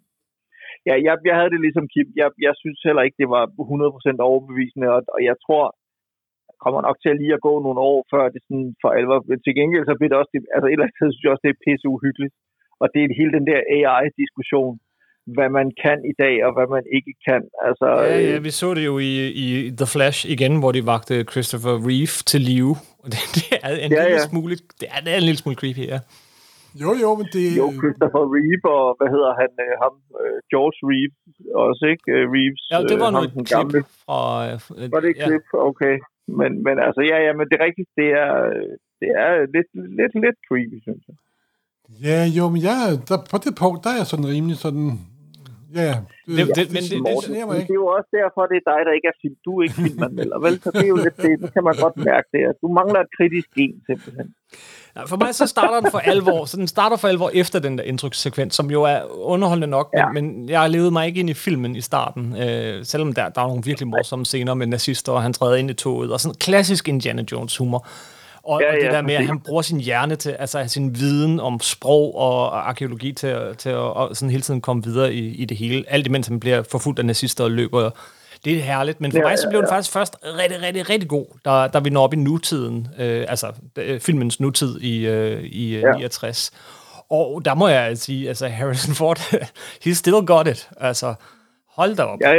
jeg havde det ligesom Kim. Jeg synes heller ikke, det var 100% overbevisende, og jeg tror, der kommer nok til at lige at gå nogle år, før det sådan for alvor. Men til gengæld, så bliver det også, altså et eller andet synes jeg også, det er pisse uhyggeligt. Og det er hele den der AI-diskussion, hvad man kan i dag, og hvad man ikke kan. Altså, ja, vi så det jo i The Flash igen, hvor de vagte Christopher Reeve til live. Og det er en lille smule, det er en lille smule creepy, ja. Jo, men det... Jo, Christopher Reeve, og hvad hedder han, George Reeve, også, ikke? Reeves. Ja, det var noget klip fra... Var det et klip? Okay. Men altså, men det er rigtigt, det er lidt creepy, synes jeg. Ja, jo, men på det punkt, der er jeg sådan rimelig sådan... Ja, men det er jo også derfor, det er dig, der ikke er film. Du er ikke filmanmelder, vel? Så det er jo lidt det kan man godt mærke det. Du mangler et kritisk gen, simpelthen. Ja, for mig så starter den for alvor. Så den starter for alvor efter den der indtrykssekvens, som jo er underholdende nok, men jeg levede mig ikke ind i filmen i starten. Selvom der er nogle virkelig morsomme scener med nazister, og han træder ind i toget, og sådan klassisk Indiana Jones humor. Og det der med, at han bruger sin hjerne til, altså sin viden om sprog og arkæologi til at sådan hele tiden komme videre i det hele. Alt imens han bliver forfulgt af nazister og løber. Det er herligt, men for mig så blev den faktisk først rigtig, rigtig, rigtig god, da vi når op i nutiden, altså filmens nutid i 69. Og der må jeg sige, altså Harrison Ford, he still got it, altså... Hold da op. Ja.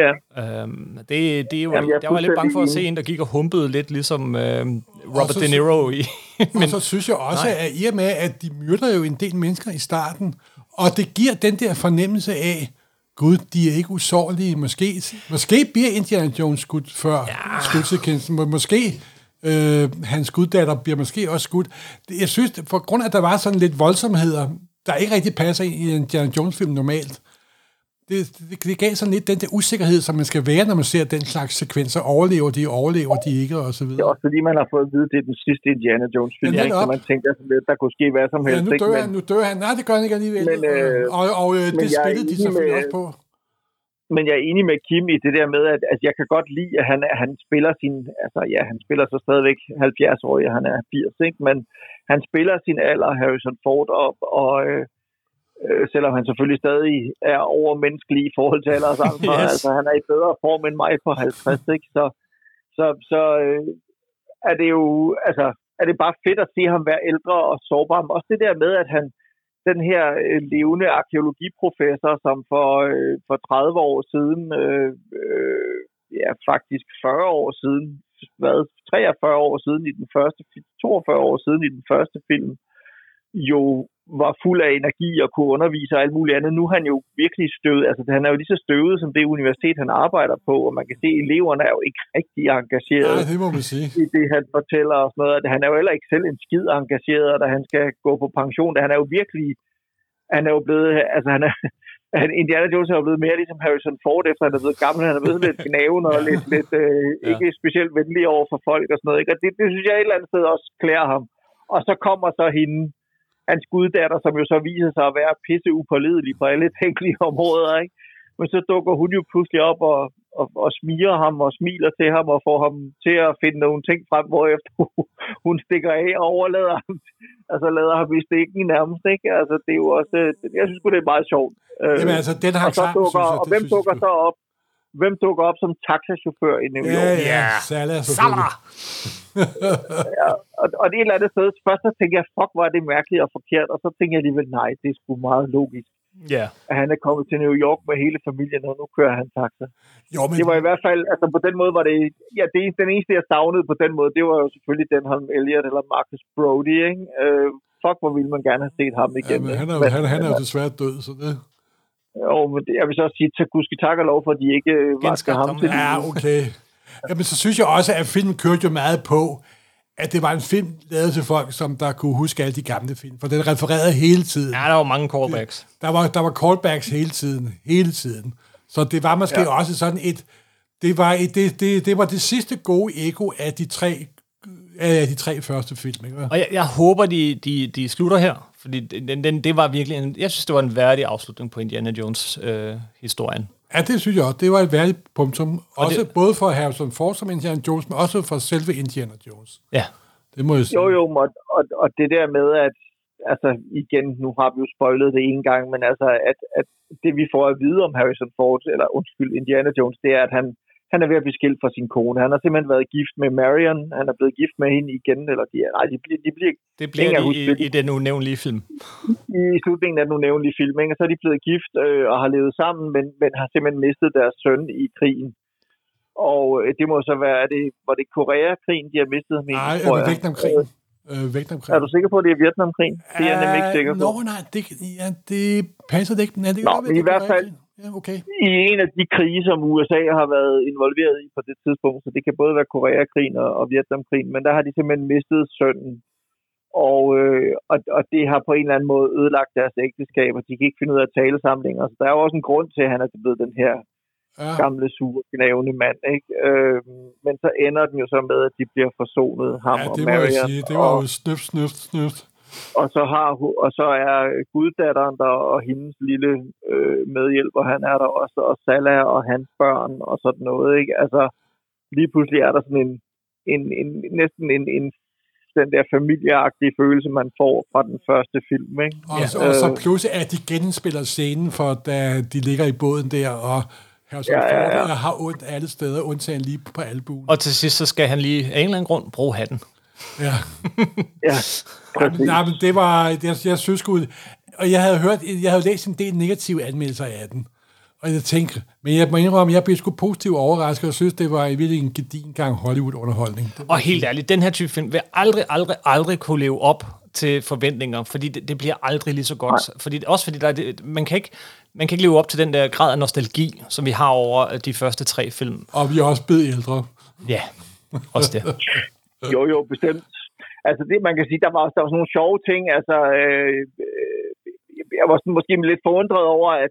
Jeg var lidt bange for at se en, der gik og humpede lidt, ligesom Robert De Niro i. Men så synes jeg også, at i og med, at de myrder jo en del mennesker i starten, og det giver den der fornemmelse af, gud, de er ikke usårlige. Måske bliver Indiana Jones skudt før skudsekvensen. Måske hans guddatter bliver måske også skudt. Jeg synes, for grund af, at der var sådan lidt voldsomheder, der ikke rigtig passer i en Indiana Jones-film normalt, det gav sådan lidt den der usikkerhed, som man skal være, når man ser den slags sekvenser. Overlever de ikke, og så videre. Det er også fordi, man har fået at vide, det er den sidste Indiana Jones-film, så man tænker, at der kunne ske hvad som helst. Ja, nu dør han. Nej, det gør han ikke alligevel. Og det spillede de selvfølgelig også på. Men jeg er enig med Kim i det der med, at jeg kan godt lide, at han spiller sin... Altså ja, han spiller så stadigvæk 70-årig, han er 80, ikke? Men han spiller sin alder, Harrison Ford, op, og selvom han selvfølgelig stadig er overmenneskelig i forhold til alle os andre. Yes. Altså, han er i bedre form end mig på 50, ikke? Så er det jo... Altså, er det bare fedt at se ham være ældre og sårbar. Men også det der med, at han... Den her levende arkeologiprofessor, som for 30 år siden, faktisk 40 år siden, 43 år siden i den første, 42 år siden i den første film, jo var fuld af energi og kunne undervise og alt muligt andet. Nu er han jo virkelig støvet, altså han er jo lige så støvet som det universitet, han arbejder på, og man kan se, at eleverne er jo ikke rigtig engageret i det, han fortæller og sådan noget. Han er jo heller ikke selv en skid engageret, da han skal gå på pension. Han er jo virkelig, han er jo blevet, altså Indiana Jones er jo blevet mere ligesom Harrison Ford, efter han er blevet gammel. Han er blevet lidt gnaven og lidt ikke specielt venlig over for folk og sådan noget. Ikke? Og det synes jeg et eller andet sted også klæder ham. Og så kommer så hende, hans guddatter, som jo så viser sig at være pisse upålidelig på alle tænkelige områder, ikke? Men så dukker hun jo pludselig op og smiger ham og smiler til ham og får ham til at finde nogle ting frem, hvorefter hun stikker af og overlader ham, altså lader ham i stikken nærmest, ikke? Altså det er jo også, jeg synes det er meget sjovt. Jamen altså, den har og hvem dukker så op? Hvem dukker op som taxachauffør i New York? Ja, Salah. Ja, og det er et eller andet sted. Først så tænkte jeg, fuck, hvor er det mærkeligt og forkert. Og så tænkte jeg alligevel, nej, det er sgu meget logisk. Yeah. At han er kommet til New York med hele familien, og nu kører han taxa. Jo, men... Det var i hvert fald, altså på den måde var det, ja, den eneste, jeg savnede på den måde, det var jo selvfølgelig Denholm Elliott eller Marcus Brody, ikke? Fuck, hvor ville man gerne have set ham igen. Ja, han er jo desværre død, så det... Jo, men jeg vil så også sige, at Gudske tak og lov for, at de ikke vasker ham til. Ja, okay. Jamen, så synes jeg også, at filmen kørte jo meget på, at det var en film lavet til folk, som der kunne huske alle de gamle film, for den refererede hele tiden. Ja, der var mange callbacks. Der var callbacks hele tiden. Så det var måske også sådan et... Det var det sidste gode eko af de tre første film, ikke? Og jeg håber, de slutter her, fordi det var virkelig jeg synes, det var en værdig afslutning på Indiana Jones-historien. Ja, det synes jeg også. Det var et værdigt punktum. Også både for Harrison Ford som Indiana Jones, men også for selve Indiana Jones. Ja. Det må jeg sige. Jo, og det der med, at altså igen, nu har vi jo spoilet det en gang, men altså, at det vi får at vide om Harrison Ford, eller Indiana Jones, det er, at han er ved at blive skilt fra sin kone. Han har simpelthen været gift med Marion. Han er blevet gift med hende igen, eller de bliver det bliver i den unævnlige film. I slutningen af den unævnlige film, ikke? Og så er de blevet gift og har levet sammen, men har simpelthen mistet deres søn i krigen. Og det må så være, var det Korea-krigen, de har mistet ham i? Nej, Vietnamkrigen. Er du sikker på, at det er Vietnamkrigen? Det er jeg nemlig ikke sikker på. Nej, det passer det ikke. Men i hvert fald, okay. I en af de krige, som USA har været involveret i på det tidspunkt, så det kan både være Koreakrigen og Vietnamkrigen, men der har de simpelthen mistet sønnen. Og det har på en eller anden måde ødelagt deres ægteskab, og de kan ikke finde ud af at tale sammen længere. Så der er jo også en grund til, at han er blevet den her gamle, sure, gnavende mand, ikke? Men så ender den jo så med, at de bliver forsonet, ham og Marion. Ja, det må jeg sige. Det var jo snøft. Og så er guddatteren der, og hendes lille medhjælper, han er der også, og Salah og hans børn, og sådan noget, ikke? Altså, lige pludselig er der sådan næsten en den der familieagtige følelse, man får fra den første film, ikke? Og så pludselig at de genspiller scenen, for da de ligger i båden der, og Harrison Ford har ondt alle steder, undtagen lige på albuen. Og til sidst, så skal han lige af en eller anden grund bruge hatten. Ja. Ja, men det var, jeg synes sgu, og jeg havde læst en del negative anmeldelser af den, og jeg tænkte, men jeg må indrømme, jeg blev sgu positivt overrasket, og synes, det var virkelig en gedigen gang Hollywood-underholdning. Og helt ærligt, den her type film vil aldrig kunne leve op til forventninger, fordi det bliver aldrig lige så godt. Fordi man kan ikke leve op til den der grad af nostalgi, som vi har over de første 3 film. Og vi er også blevet ældre. Ja, også det. Jo, bestemt. Altså det, man kan sige, der var sådan nogle sjove ting. Altså, jeg var sådan måske lidt forundret over,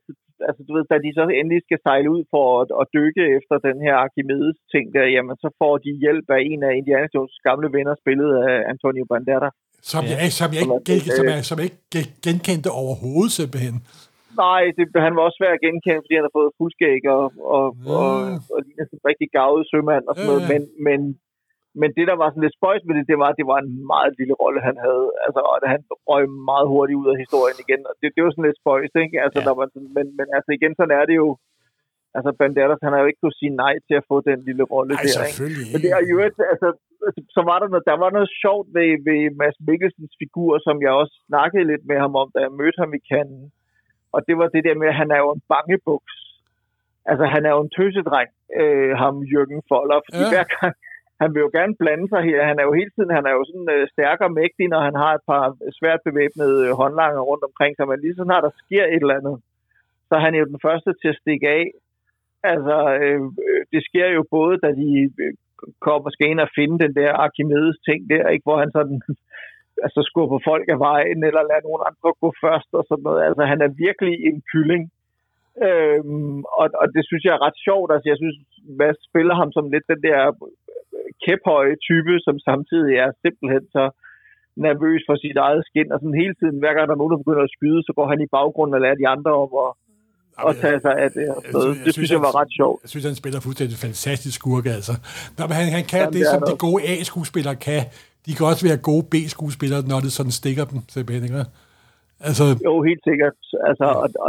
altså du ved, da de så endelig skal sejle ud for at dykke efter den her Archimedes ting der, jamen så får de hjælp af en af Indiana Jones' gamle venner, spillet af Antonio Banderas. Som jeg ikke genkendte overhovedet simpelthen. Nej, han var også svær at genkende, fordi han har fået fuldskæg og ligner sådan en rigtig gavet sømand og sådan noget, men det, der var sådan lidt spøjs med det var, at det var en meget lille rolle, han havde. Altså, og han røg meget hurtigt ud af historien igen. Og det var sådan lidt spøjs, ikke? Altså, der var sådan, men altså igen, sådan er det jo. Altså, Banderas, han har jo ikke kunnet sige nej til at få den lille rolle der, ikke? Men det er jo altså, så var der var noget sjovt ved Mads Mikkelsens figur, som jeg også snakkede lidt med ham om, da jeg mødte ham i Cannes. Og det var det der med, at han er jo en bangebuks. Altså, han er jo en tøsedreng, ham Jürgen Voller, fordi hver gang han vil jo gerne blande sig her. Han er jo hele tiden, han er jo sådan stærk og mægtig, når han har et par svært bevæbnede håndlanger rundt omkring sig, men lige så snart der sker et eller andet, så er han jo den første til at stikke af. Altså, det sker jo både, da de kommer og skal ind og finde den der Archimedes ting der, ikke, hvor han sådan altså skubber folk af vejen, eller lader nogen andre gå først og sådan noget. Altså, han er virkelig en kylling. Og det synes jeg er ret sjovt. Altså, jeg synes, Mads spiller ham som lidt den der kæphøje type, som samtidig er simpelthen så nervøs for sit eget skin, og sådan hele tiden, hver gang der er nogen, der begynder at skyde, så går han i baggrunden og lader de andre om at tage sig af det. Det synes jeg var ret sjovt. Jeg synes, han spiller fuldstændig fantastisk skurke, altså. Nå, men han kan det, som de gode A-skuespillere kan. De kan også være gode B-skuespillere, når det sådan stikker dem, simpelthen, ikke? Altså... Jo, helt sikkert. Altså,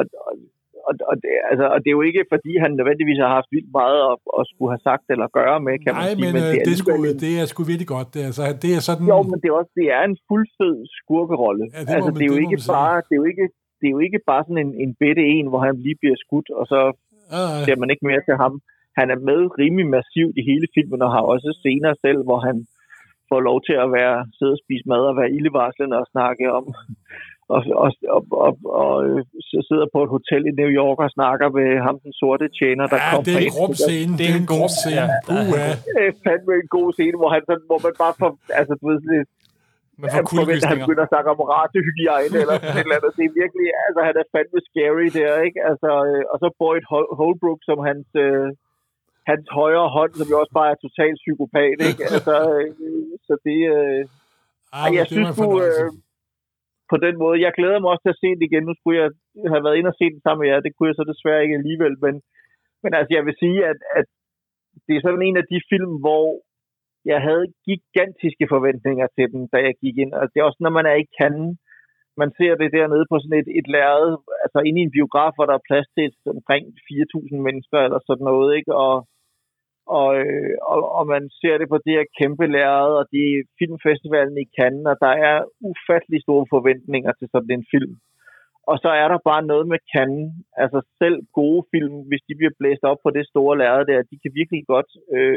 og det er jo ikke, fordi han nødvendigvis har haft vildt meget at skulle have sagt eller gøre med, kan man sige. Men det er sgu virkelig godt. Det er sådan... Jo, men det er en fuldfed skurkerolle. Ja, det er jo ikke bare sådan en bitte en, hvor han lige bliver skudt, og så ser man ikke mere til ham. Han er med rimelig massivt i hele filmen, og har også scener selv, hvor han får lov til at sidde og spise mad og være ildevarslende og snakke om... Og sidder på et hotel i New York og snakker med ham, den sorte tjener, der kommer. Det er en grum scene. Det er en grum scene. Det er fandme en god scene, hvor man bare får, altså du ved, han begynder at snakke om ratehygiejne eller sådan et eller andet. Det er virkelig, altså han er fandme scary der, ikke? Altså, og så Boyd Holbrook som hans højre hånd, som jo også bare er totalt psykopat, ikke? Altså, så det... jeg synes på den måde. Jeg glæder mig også til at se det igen. Nu skulle jeg have været inde og se den sammen med jer. Det kunne jeg så desværre ikke alligevel. Men altså, jeg vil sige, at det er sådan en af de film, hvor jeg havde gigantiske forventninger til den, da jeg gik ind. Altså, det er også, når man er i Cannes. Man ser det dernede på sådan et lærred, altså inde i en biograf, hvor der er plads til omkring 4.000 mennesker eller sådan noget, ikke? Og man ser det på det her kæmpe lærred, og det er filmfestivalen i Cannes, og der er ufattelig store forventninger til sådan en film. Og så er der bare noget med Cannes, altså selv gode film, hvis de bliver blæst op på det store lærred der, de kan virkelig godt,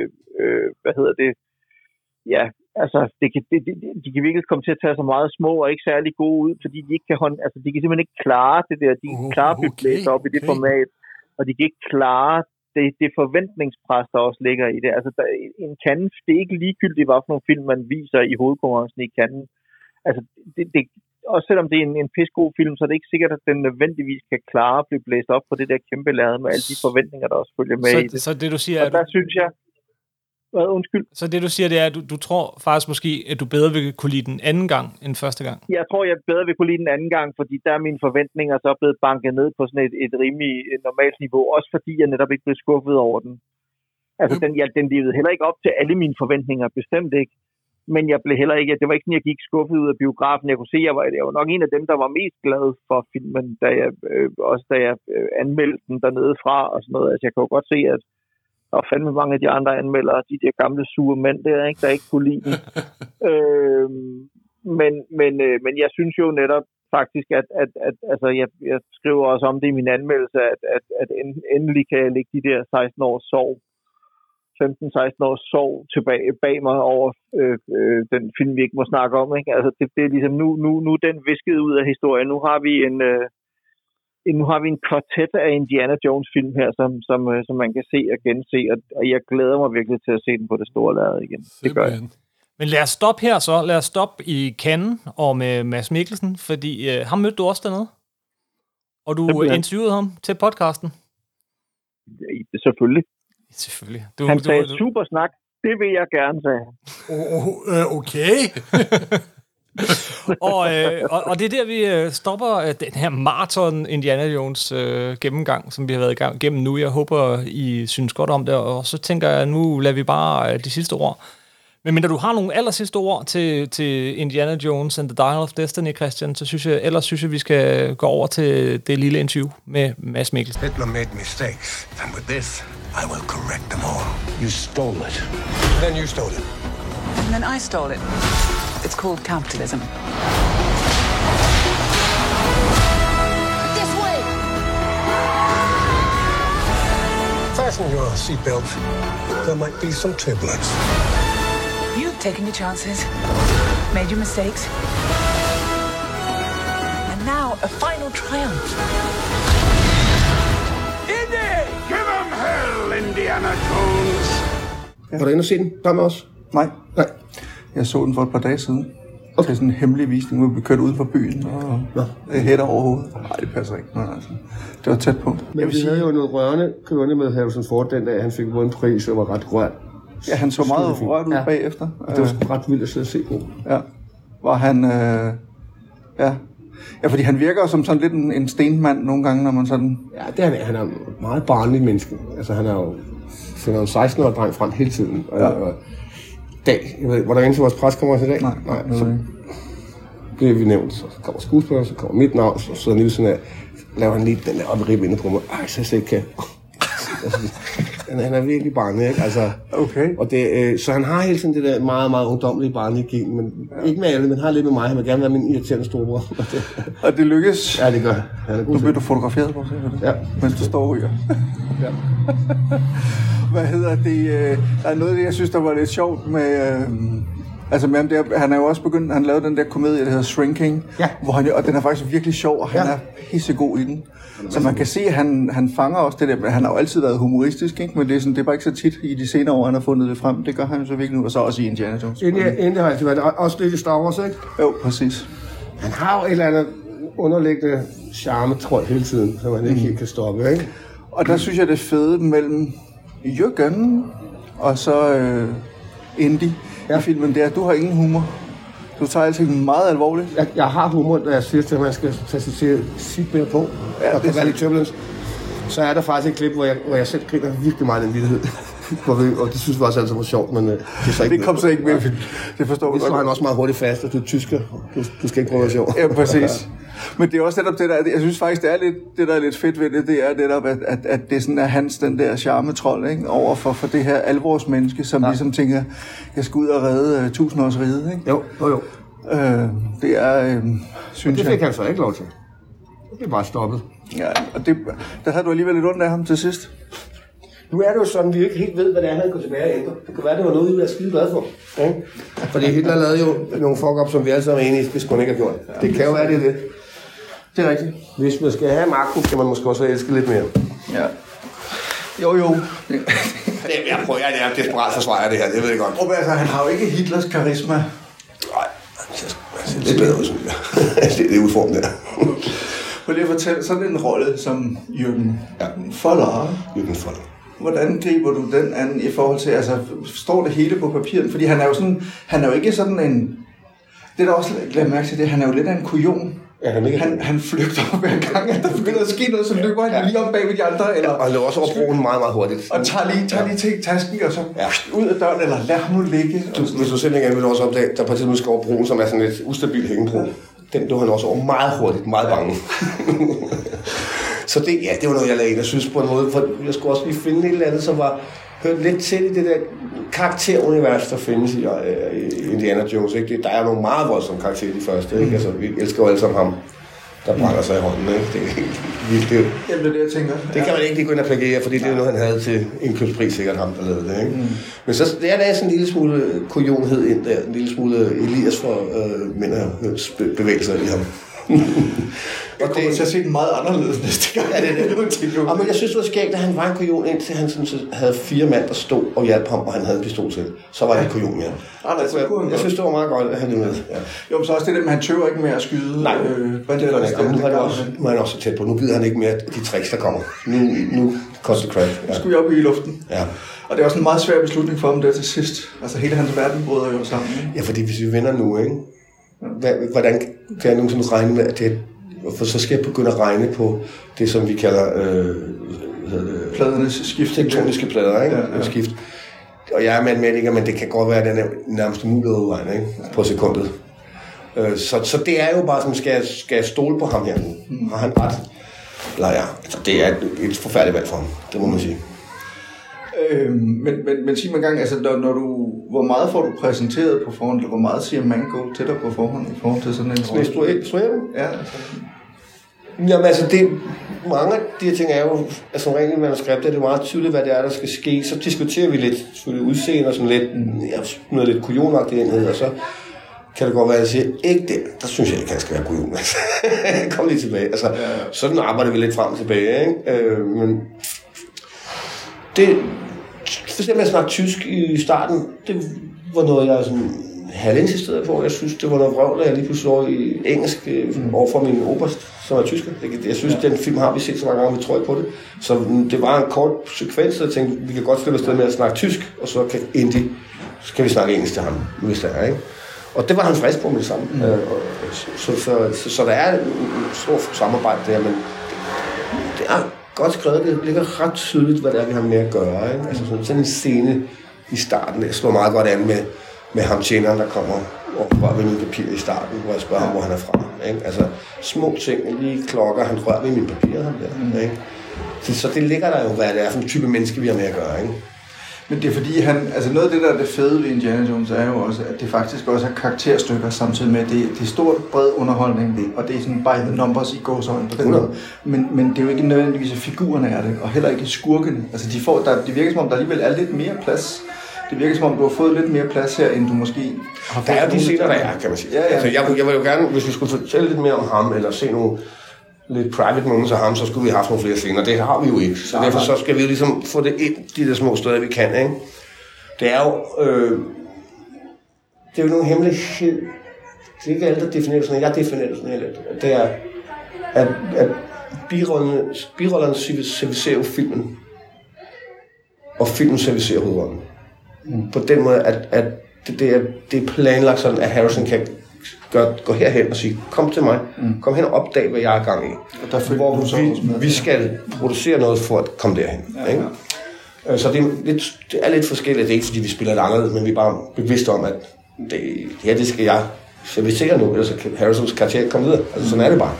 altså de kan virkelig komme til at tage så meget små og ikke særlig gode ud, fordi de ikke kan de kan simpelthen ikke klare det der, de kan ikke klare at blive blæst op i det format, og de kan ikke klare det forventningspres, der også ligger i det. Altså, en Cannes, det er ikke ligegyldigt, hvad for nogle film, man viser i hovedkonkurrencen i Cannes. Altså, også selvom det er en pissegod film, så er det ikke sikkert, at den nødvendigvis kan klare at blive blæst op på det der kæmpe lærred med alle de forventninger, der også følger med i det. Så det, du siger, og der synes jeg... Undskyld. Så det, du siger, det er, at du tror faktisk måske, at du bedre vil kunne lide den anden gang end første gang? Jeg tror, jeg bedre vil kunne lide den anden gang, fordi der er mine forventninger så blevet banket ned på sådan et rimelig normalt niveau, også fordi jeg netop ikke blev skuffet over den. Altså, den levede heller ikke op til alle mine forventninger, bestemt ikke. Men jeg blev heller ikke, det var ikke sådan, jeg gik skuffet ud af biografen. Jeg kunne se, jeg var nok en af dem, der var mest glad for filmen, da jeg anmeldte den dernede fra og sådan noget. Altså, jeg kan jo godt se, at der var fandme mange af de andre anmeldere, de der gamle sure mænd der, ikke, der ikke kunne lide den. Men jeg synes jo netop faktisk, at altså, jeg skriver også om det i min anmeldelse, at endelig kan jeg lægge de der 16 års sorg, 15-16 års sorg tilbage bag mig over den film, vi ikke må snakke om. Ikke? Altså, det er ligesom, nu er den visket ud af historien. Nu har vi en kvartet af Indiana Jones-film her, som man kan se og gense, og jeg glæder mig virkelig til at se den på det store lærred igen. Det gør jeg. Men lad os stoppe her så. Lad os stoppe i Cannes og med Mads Mikkelsen, fordi ham mødte du også dernede. Og du interviewede ham til podcasten? Selvfølgelig. Selvfølgelig. Han sagde super snak. Det vil jeg gerne, sagde han. Okay. og det er der, vi stopper den her maraton Indiana Jones gennemgang, som vi har været i gang gennem nu. Jeg håber, I synes godt om det, og så tænker jeg, nu lader vi bare de sidste ord. Men mindre du har nogle aller sidste ord til Indiana Jones and the Dial of Destiny, Christian, så synes jeg, vi skal gå over til det lille interview med Mads Mikkelsen. Hitler made mistakes, and with this, I will correct them all. You stole it. Then you stole it. And then I stole it. It's called capitalism. This way! Fasten your seatbelts. There might be some turbulence. You've taken your chances, made your mistakes, and now a final triumph. Indy! Give them hell, Indiana Jones! Har du inde og se den sammen også? Nej. Jeg så den for et par dage siden. Okay. Til sådan en hemmelig visning, hvor vi kørte ud fra byen og hætter over hovedet. Nej, det passer ikke. Nej, altså. Det var tæt på. Men vi havde jo noget rørende kørende med Harrison Ford den dag, han fik vundet pris, og var ret rørt. Ja, han så meget rørt ud bagefter. Det var sgu ret vildt at sidde og se på. Ja, var han... Ja, fordi han virker som sådan lidt en stenmand nogle gange, når man sådan... Ja, det er han er en meget barnlig menneske. Altså, han er jo... finder en 16-årig dreng frem hele tiden. Og jeg ved, var der inde til vores preskonference i dag? Nej, så bliver vi nævnt. Så kommer skuespilleren, så kommer mit navn, så sidder lige sådan af, laver han lige den der op i ribben på mig. Ej, så jeg kan... Han er virkelig barnlig, ikke? Altså, okay. Og det, så han har hele tiden det der meget, meget ungdomlige barnlige gen, men ikke med alle, men har lidt med mig. Han vil gerne være min irriterende storebror. Og det lykkes? Ja, det gør han. Nu bliver du fotograferet på, ja. Mens du står og ryger. Ja. Hvad hedder det? Der er noget af det, jeg synes, der var lidt sjovt med... Altså, med det, han er jo også begyndt... Han lavede den der komedie, der hedder Shrinking, hvor han, og den er faktisk virkelig sjov, og han er pissegod i den. Så man kan se, at han fanger også det der, men han har jo altid været humoristisk, ikke? Men det er, sådan, det er bare ikke så tit i de senere år, han har fundet det frem. Det gør han så virkelig nu, og så også i Indiana Jones. Inden har altid været også lidt i Star Wars, ikke? Jo, præcis. Han har jo et eller andet underliggende charme, tror jeg, hele tiden, som han ikke helt kan stoppe, ikke? Og der synes jeg, det er fede mellem Jürgen og så Indy i filmen der. Du har ingen humor. Du tager alting meget alvorligt. Jeg har humor, når jeg siger til, at man skal tage sit seatbelt på. Ja, og det er lidt turbulence. Så er der faktisk et klip, hvor jeg selv griner virkelig meget den vildhed. Og det synes jeg også altid var sjovt, men det er så ikke... Det kom så ikke med, det forstår jeg godt. Det slår han også meget hurtigt fast, at du er tysker. Du skal ikke prøve at være sjov. Ja, præcis. Men det er også netop det der, jeg synes faktisk, det er lidt, det der er lidt fedt ved det, det er netop, at det sådan er hans, den der charmetrol, ikke? Over for det her alvorsmenneske, som ligesom tænker, jeg skal ud og redde 1000 års ride, ikke? Jo. Det er, synes jeg... Det fik han så ikke lov til. Det er bare stoppet. Ja, og der havde du alligevel lidt ondt af ham til sidst. Nu er det jo sådan, at vi ikke helt ved, hvad det er, han går tilbage og ændre. Det kan være, det var noget, vi er skide glad for. Ja? Fordi Hitler lavede jo nogle fuck-up, som vi alle sammen er enige i, hvis man ikke har gjort. Ja, det kan jo være, det er det. Det er rigtigt. Hvis man skal have magten, skal man måske også elske lidt mere. Ja. Jo. Jeg prøver, jeg er desperat forsvarer det her, det ved jeg godt. Altså, han har jo ikke Hitlers karisma. Nej, det er bedre sådan. Det er udformet der. Prøv lige at fortælle sådan en rolle som Jürgen Voller. Jürgen Voller. Hvordan griber du den an i forhold til, altså står det hele på papiret? Fordi han er jo ikke sådan en, det der også lader mærke til det, han er jo lidt af en kujon. Ja, han flygter hver gang, at der begynder at ske noget, så løber han lige om bag ved de andre. Eller, og han løber også over broen meget, meget hurtigt. Og tager lige til tasken, og så ud af døren, eller lad ham nu ligge. Hvis du selv ikke vil du også opdage, der på et tidspunkt skal over broen, som er sådan et ustabil hængebro. Den løber han også over meget hurtigt, meget bange. Så det var noget, jeg lagde ind og synes på en måde, for jeg skulle også lige finde et eller andet, som var hørt lidt til i det der karakterunivers, der findes i Indiana Jones. Ikke? Der er nogle meget voldsomme karakterer de første. Ikke? Altså, vi elsker jo alle sammen ham, der brænder sig i hånden. Ikke? Det er helt vildt. Det er det, jeg tænker. Det kan man ikke lige gå ind og plagere, fordi det er noget, han havde til indkøbspris, sikkert ham, der lavede det. Ikke? Men så der er sådan en lille smule kujonhed ind der, en lille smule Elias for mænd og bevægelser i ham. Jeg kommer til at se den meget anderledes næste gang. Ja, det er det. Men jeg synes, det var skægt, at han var en kujon, indtil han sådan, havde 4 mand, der stod og hjalp ham, og han havde en pistol til. Så var det kujon, ja. Jeg synes, det var meget godt, at han med. Ja. Jo, så også det der, men han tøver ikke med at skyde. Nej, det var ikke. Nu er han også så tæt på. Nu gider han ikke mere de tricks, der kommer. Nu koster crap. Nu skal vi op i luften. Ja. Og det er også en meget svær beslutning for ham der til sidst. Altså hele hans verden bryder jo sammen. Ikke? Ja, fordi hvis vi vinder nu, ikke? Hvordan kan jeg nogensinde regne med, at det for så skal jeg begynde at regne på det, som vi kalder pladernes skift. Tektoniske plader, ikke? Ja. Skift. Og jeg er matematiker, men det kan godt være, at den er nærmest umulig at udregne, ikke? På sekundet. Så det er jo bare sådan, skal jeg stole på ham her nu? Har han ret? Eller ja, altså, det er et forfærdeligt valg for ham, det må man sige. Men sig mig en gang, altså, hvor meget får du præsenteret på forhånd, eller hvor meget siger Mangold til dig på forhånd i forhold til sådan en instruere? Ja, altså. Jamen altså, mange af de her ting er jo, altså rent i manuskriptet, det er meget tydeligt, hvad det er, der skal ske. Så diskuterer vi lidt, selvfølgelig udseende og sådan lidt, noget lidt kujonagtig enhed, og så kan det godt være, at jeg siger, ikke det, der synes jeg ikke, han skal være kujon. Kom lige tilbage. Altså, sådan arbejder vi lidt frem og tilbage, ikke? Men det, for eksempel at snakke tysk i starten, det var noget, jeg sådan halvinsisterede på. Jeg synes, det var noget vrøvl, jeg lige pludselig over i engelsk overfor min oberst, som er tysker. Jeg synes, den film har vi set så mange gange, vi tror ikke på det. Så det var en kort sekvens, og jeg tænkte, vi kan godt slippe afsted med at snakke tysk, og så kan vi snakke engelsk til ham, hvis der er, ikke? Og det var han frisk på med det samme. Så der er en stor samarbejde der, men det er godt skrevet. Det ligger ret tydeligt, hvad det er, vi har med at gøre, ikke? Altså sådan en scene i starten, jeg slår meget godt an med ham tjeneren, der kommer og rører ved mine papirer i starten, hvor jeg spørger ham, hvor han er fra. Ikke? Altså små ting, lige klokker, han rører ved mine papirer, ham der. Ikke? Så det ligger der jo, hvad det er for en type menneske, vi har med at gøre. Ikke? Men det er fordi, altså noget af det, der er det fede ved Indiana Jones, er jo også, at det faktisk også er karakterstykker, samtidig med, at det er stort, bred underholdning, og det er sådan by the numbers i gåseøjne på den måde. Men det er jo ikke nødvendigvis, at figurerne er det, og heller ikke skurkene. Altså det virker som om, der alligevel er lidt mere plads. Det virker som om, du har fået lidt mere plads her, end du måske har fået. Der er jo de scener, der er, kan man sige. Ja. Altså, jeg vil jo gerne, hvis vi skulle fortælle lidt mere om ham, eller se nogle lidt private moments af ham, så skulle vi have haft nogle flere scener. Det har vi jo ikke. Så derfor så skal vi ligesom få det ind, de der små steder, vi kan. Ikke? Det er jo... det er jo nogle hemmelighed. Det er ikke alle, der definerer sådan. Jeg definerer sådan lidt. Det er, at birollerne servicerer jo filmen, og filmen servicerer hovedrollen. På den måde, at det er planlagt sådan, at Harrison kan gå herhen og sige, kom til mig, kom hen og opdag, hvad jeg er gang i. Og der hvor vi skal producere noget for at komme derhen. Ja. Ikke? Så det er lidt forskelligt. Det er ikke, fordi vi spiller det anderledes, men vi er bare bevidste om, at det skal jeg servicere nu, ellers kan Harrisons karakter ikke komme videre. Altså sådan er det bare.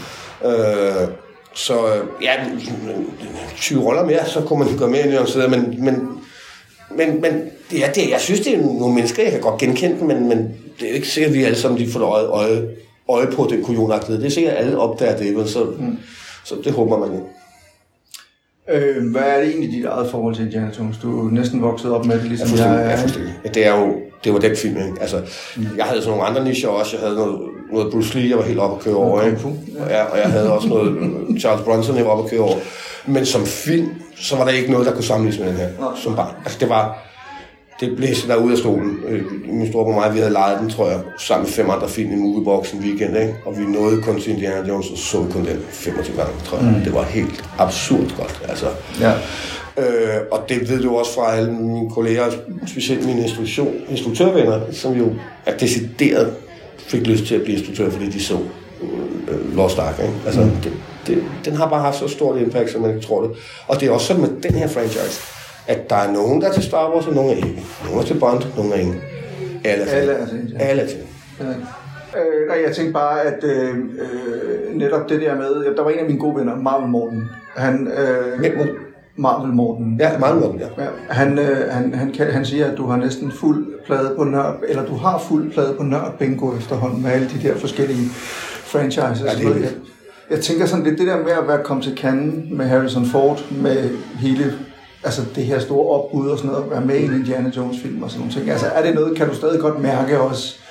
Så ja, 20 roller mere, så kunne man gå mere ind i noget, men det er det. Jeg synes, det er nogle mennesker, jeg kan godt genkende dem, men det er jo ikke sikkert, at vi alle sammen de får øje på den kujonagtighed. Det er sikkert, at alle opdager det, så det håber man jo. Hvad er det egentlig dit eget forhold til Indiana Jones? Du er næsten vokset op med det, ligesom jeg er. Det var den film, ikke? Altså, jeg havde sådan nogle andre nicher også. Jeg havde noget Bruce Lee, jeg var helt oppe at køre over, ikke? Og jeg havde også noget Charles Bronson, jeg var oppe at køre over. Men som film, så var der ikke noget, der kunne sammenlignes med den her, som barn. Altså, det blæste der ud af stolen. Min store på mig, vi havde lejet den, tror jeg, sammen med 5 andre film i Moviebox en weekend, ikke? Og vi nåede kun til Indiana Jones, og så kun den 25 gange, tror jeg. Det var helt absurd godt, altså. Ja. Og det ved du også fra alle mine kolleger, specielt mine instruktørvenner, som jo er decideret fik lyst til at blive instruktør, fordi de så Lost Ark, ikke? Altså, den har bare haft så stort impact, som man ikke tror det. Og det er også sådan med den her franchise, at der er nogen, der er til Star Wars, og nogen er ikke. Nogen er til Bond, nogen er ikke. Alle er til. Jeg tænkte bare, at netop det der med, der var en af mine gode venner, Marvel Morten. Marvel Morten. Ja, Marvel Morten, ja. Han siger, at du har næsten fuld plade på nørd, eller du har fuld plade på nørd bingo efterhånden med alle de der forskellige franchises. Ja, jeg tænker sådan lidt det der med at være kommet til Cannes med Harrison Ford, med hele altså det her store opbud og sådan noget, at være med i en Indiana Jones film og sådan nogle ting. Altså er det noget, kan du stadig godt mærke også,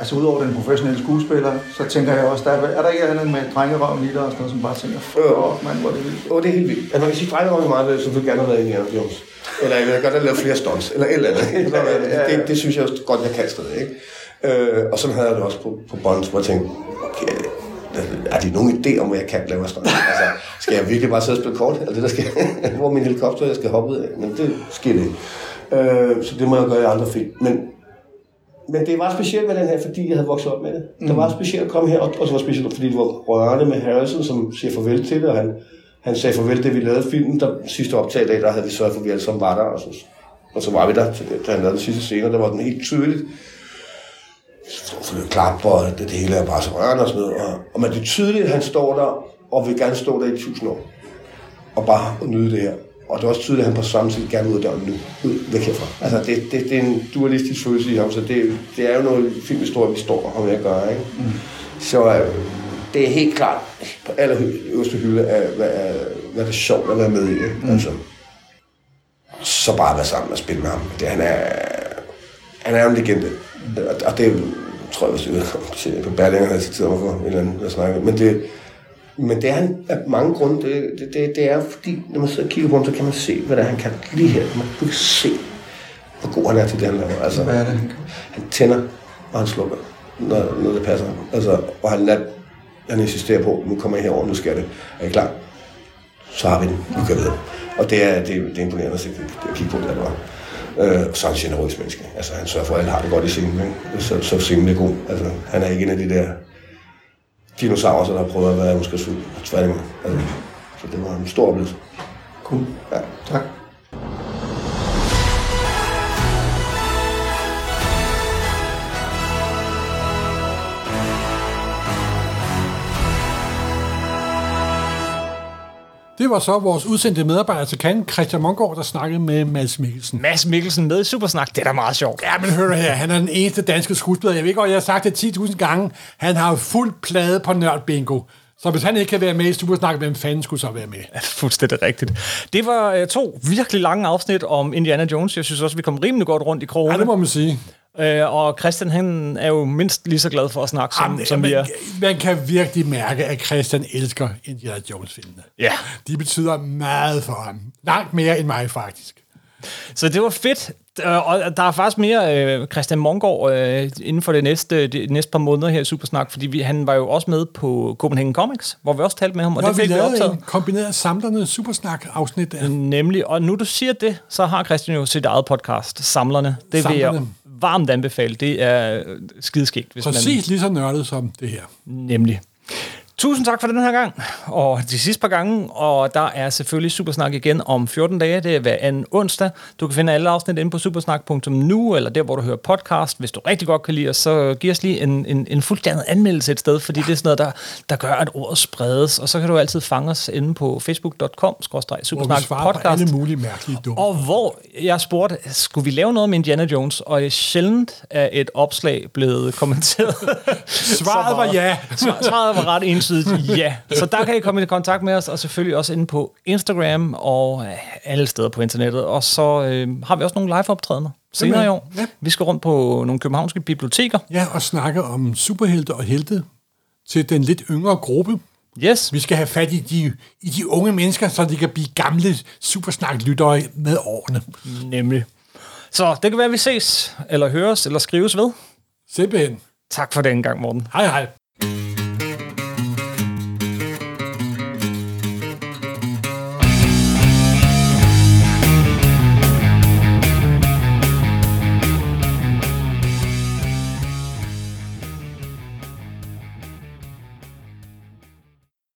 Altså udover den professionelle skuespiller, så tænker jeg også, er der ikke andet med drengerøven i der og sådan noget, som bare tænker, mand, hvor er det vildt. Det er helt vildt. Altså, man kan sige, drengerøven meget, vil jeg selvfølgelig gerne have været Indiana Jones. Eller jeg vil godt lave flere stunts, eller et eller andet. Det synes jeg også godt, jeg kan stadig, ikke? Og sådan havde jeg det også på Bonds, hvor jeg tænkte, okay, er det nogen idé om, hvad jeg kan lave stunts? Altså, skal jeg virkelig bare sidde og spille kort? Eller det, der skal, hvor min helikopter, jeg skal hoppe ud af? Men det sker det ikke. Så det må jeg gøre i andre film. Men det var specielt med den her, fordi jeg havde vokset op med det. Det var specielt at komme her, og det var specielt, fordi det var rørende med Harrison, som siger farvel til det, og han sagde farvel, det vi lavede filmen. Der sidste optag dag, der havde vi sørget for, at vi alle sammen var der, og så var vi der, da han lavede den sidste scene, og der var den helt tydeligt. For det er klart, og det hele er bare så rørende og sådan noget. Og men det er tydeligt, at han står der, og vil gerne stå der i 1000 år. Og bare nyde det her. Og det er også tydeligt, at han på samme tid gerne ud af døren nu. Ud, væk herfra. Altså, det er en dualistisk følelse i ham, så det er jo noget filmhistorie, vi står og med at gøre, ikke? Så det er helt klart på allerøverste hylde af, hvad det er sjovt at være med i, ikke? Altså, så bare være sammen og spille med ham. Han er jo en legende. Og det tror jeg, hvis det på Berlinger har jeg citeret mig for en eller anden, der snakker. Men det er han af mange grunde. Det er fordi, når man sidder og kigger på ham, så kan man se, hvad det er, han kan lige her. Man kan se, hvor god han er til det, han laver. Altså, hvad er det, han tænder, og han slukker, når det passer ham. Altså, og han insisterer på, nu kommer jeg herover, nu skal det. Er I klar? Så har vi den. Nu kan vi det. Og det er imponerende at kigge på, det var. Så er han generøs menneske. Altså, han sørger for, at alle har det godt i scenen. Ikke? Så scenen er god. Altså, han er ikke en af de der dinosaurer, der har prøvet at være måske sult. Tværtimod. Altså, så det var en stor oplevelse. Cool. Ja, tak. Det var så vores udsendte medarbejder til Cannes, Christian Mongård, der snakkede med Mads Mikkelsen. Mads Mikkelsen med i Supersnak, det er da meget sjovt. Ja, men hør du her, han er den eneste danske skuespiller. Jeg ved godt, jeg har sagt det 10.000 gange. Han har fuld plade på Nørd Bingo. Så hvis han ikke kan være med i Supersnak, hvem fanden skulle så være med? Ja, fuldstændig rigtigt. Det var 2 virkelig lange afsnit om Indiana Jones. Jeg synes også, vi kom rimelig godt rundt i krogen. Ja, det må man sige. Og Christian, han er jo mindst lige så glad for at snakke, som vi er. Man kan virkelig mærke, at Christian elsker Indiana Jones-filmene. Ja. De betyder meget for ham. Langt mere end mig, faktisk. Så det var fedt. Og der er faktisk mere Christian Mongård inden for de næste par måneder her i Supersnak, fordi han var jo også med på Copenhagen Comics, hvor vi også talte med ham, og det fik vi optaget. En kombineret samlerne Supersnak-afsnit der. Nemlig, og nu du siger det, så har Christian jo sit eget podcast, Samlerne. Det vil jeg varmt anbefale. Det er skideskægt. Præcis lige så nørdet som det her. Nemlig. Tusind tak for den her gang, og de sidste par gange, og der er selvfølgelig Supersnak igen om 14 dage, det er hver anden onsdag. Du kan finde alle afsnit inde på supersnak.nu, eller der, hvor du hører podcast. Hvis du rigtig godt kan lide os, så giv os lige en fuldstændig anmeldelse et sted, fordi det er sådan noget, der gør, at ordet spredes, og så kan du altid fange os inde på facebook.com/supersnakpodcast. Alle mulige mærkelige dumme. Og hvor jeg spurgte, skulle vi lave noget med Indiana Jones, og sjældent er et opslag blevet kommenteret. Svaret var ja. Svaret var ret entydigt ja. Så der kan I komme i kontakt med os, og selvfølgelig også inde på Instagram og alle steder på internettet. Og så har vi også nogle live-optrædener senere i år. Ja. Vi skal rundt på nogle københavnske biblioteker. Ja, og snakke om superhelte og helte til den lidt yngre gruppe. Yes. Vi skal have fat i de unge mennesker, så de kan blive gamle Supersnak-lyttere med årene. Nemlig. Så det kan være, at vi ses, eller høres, eller skrives ved. Simpelthen. Tak for den gang, Morten. Hej hej.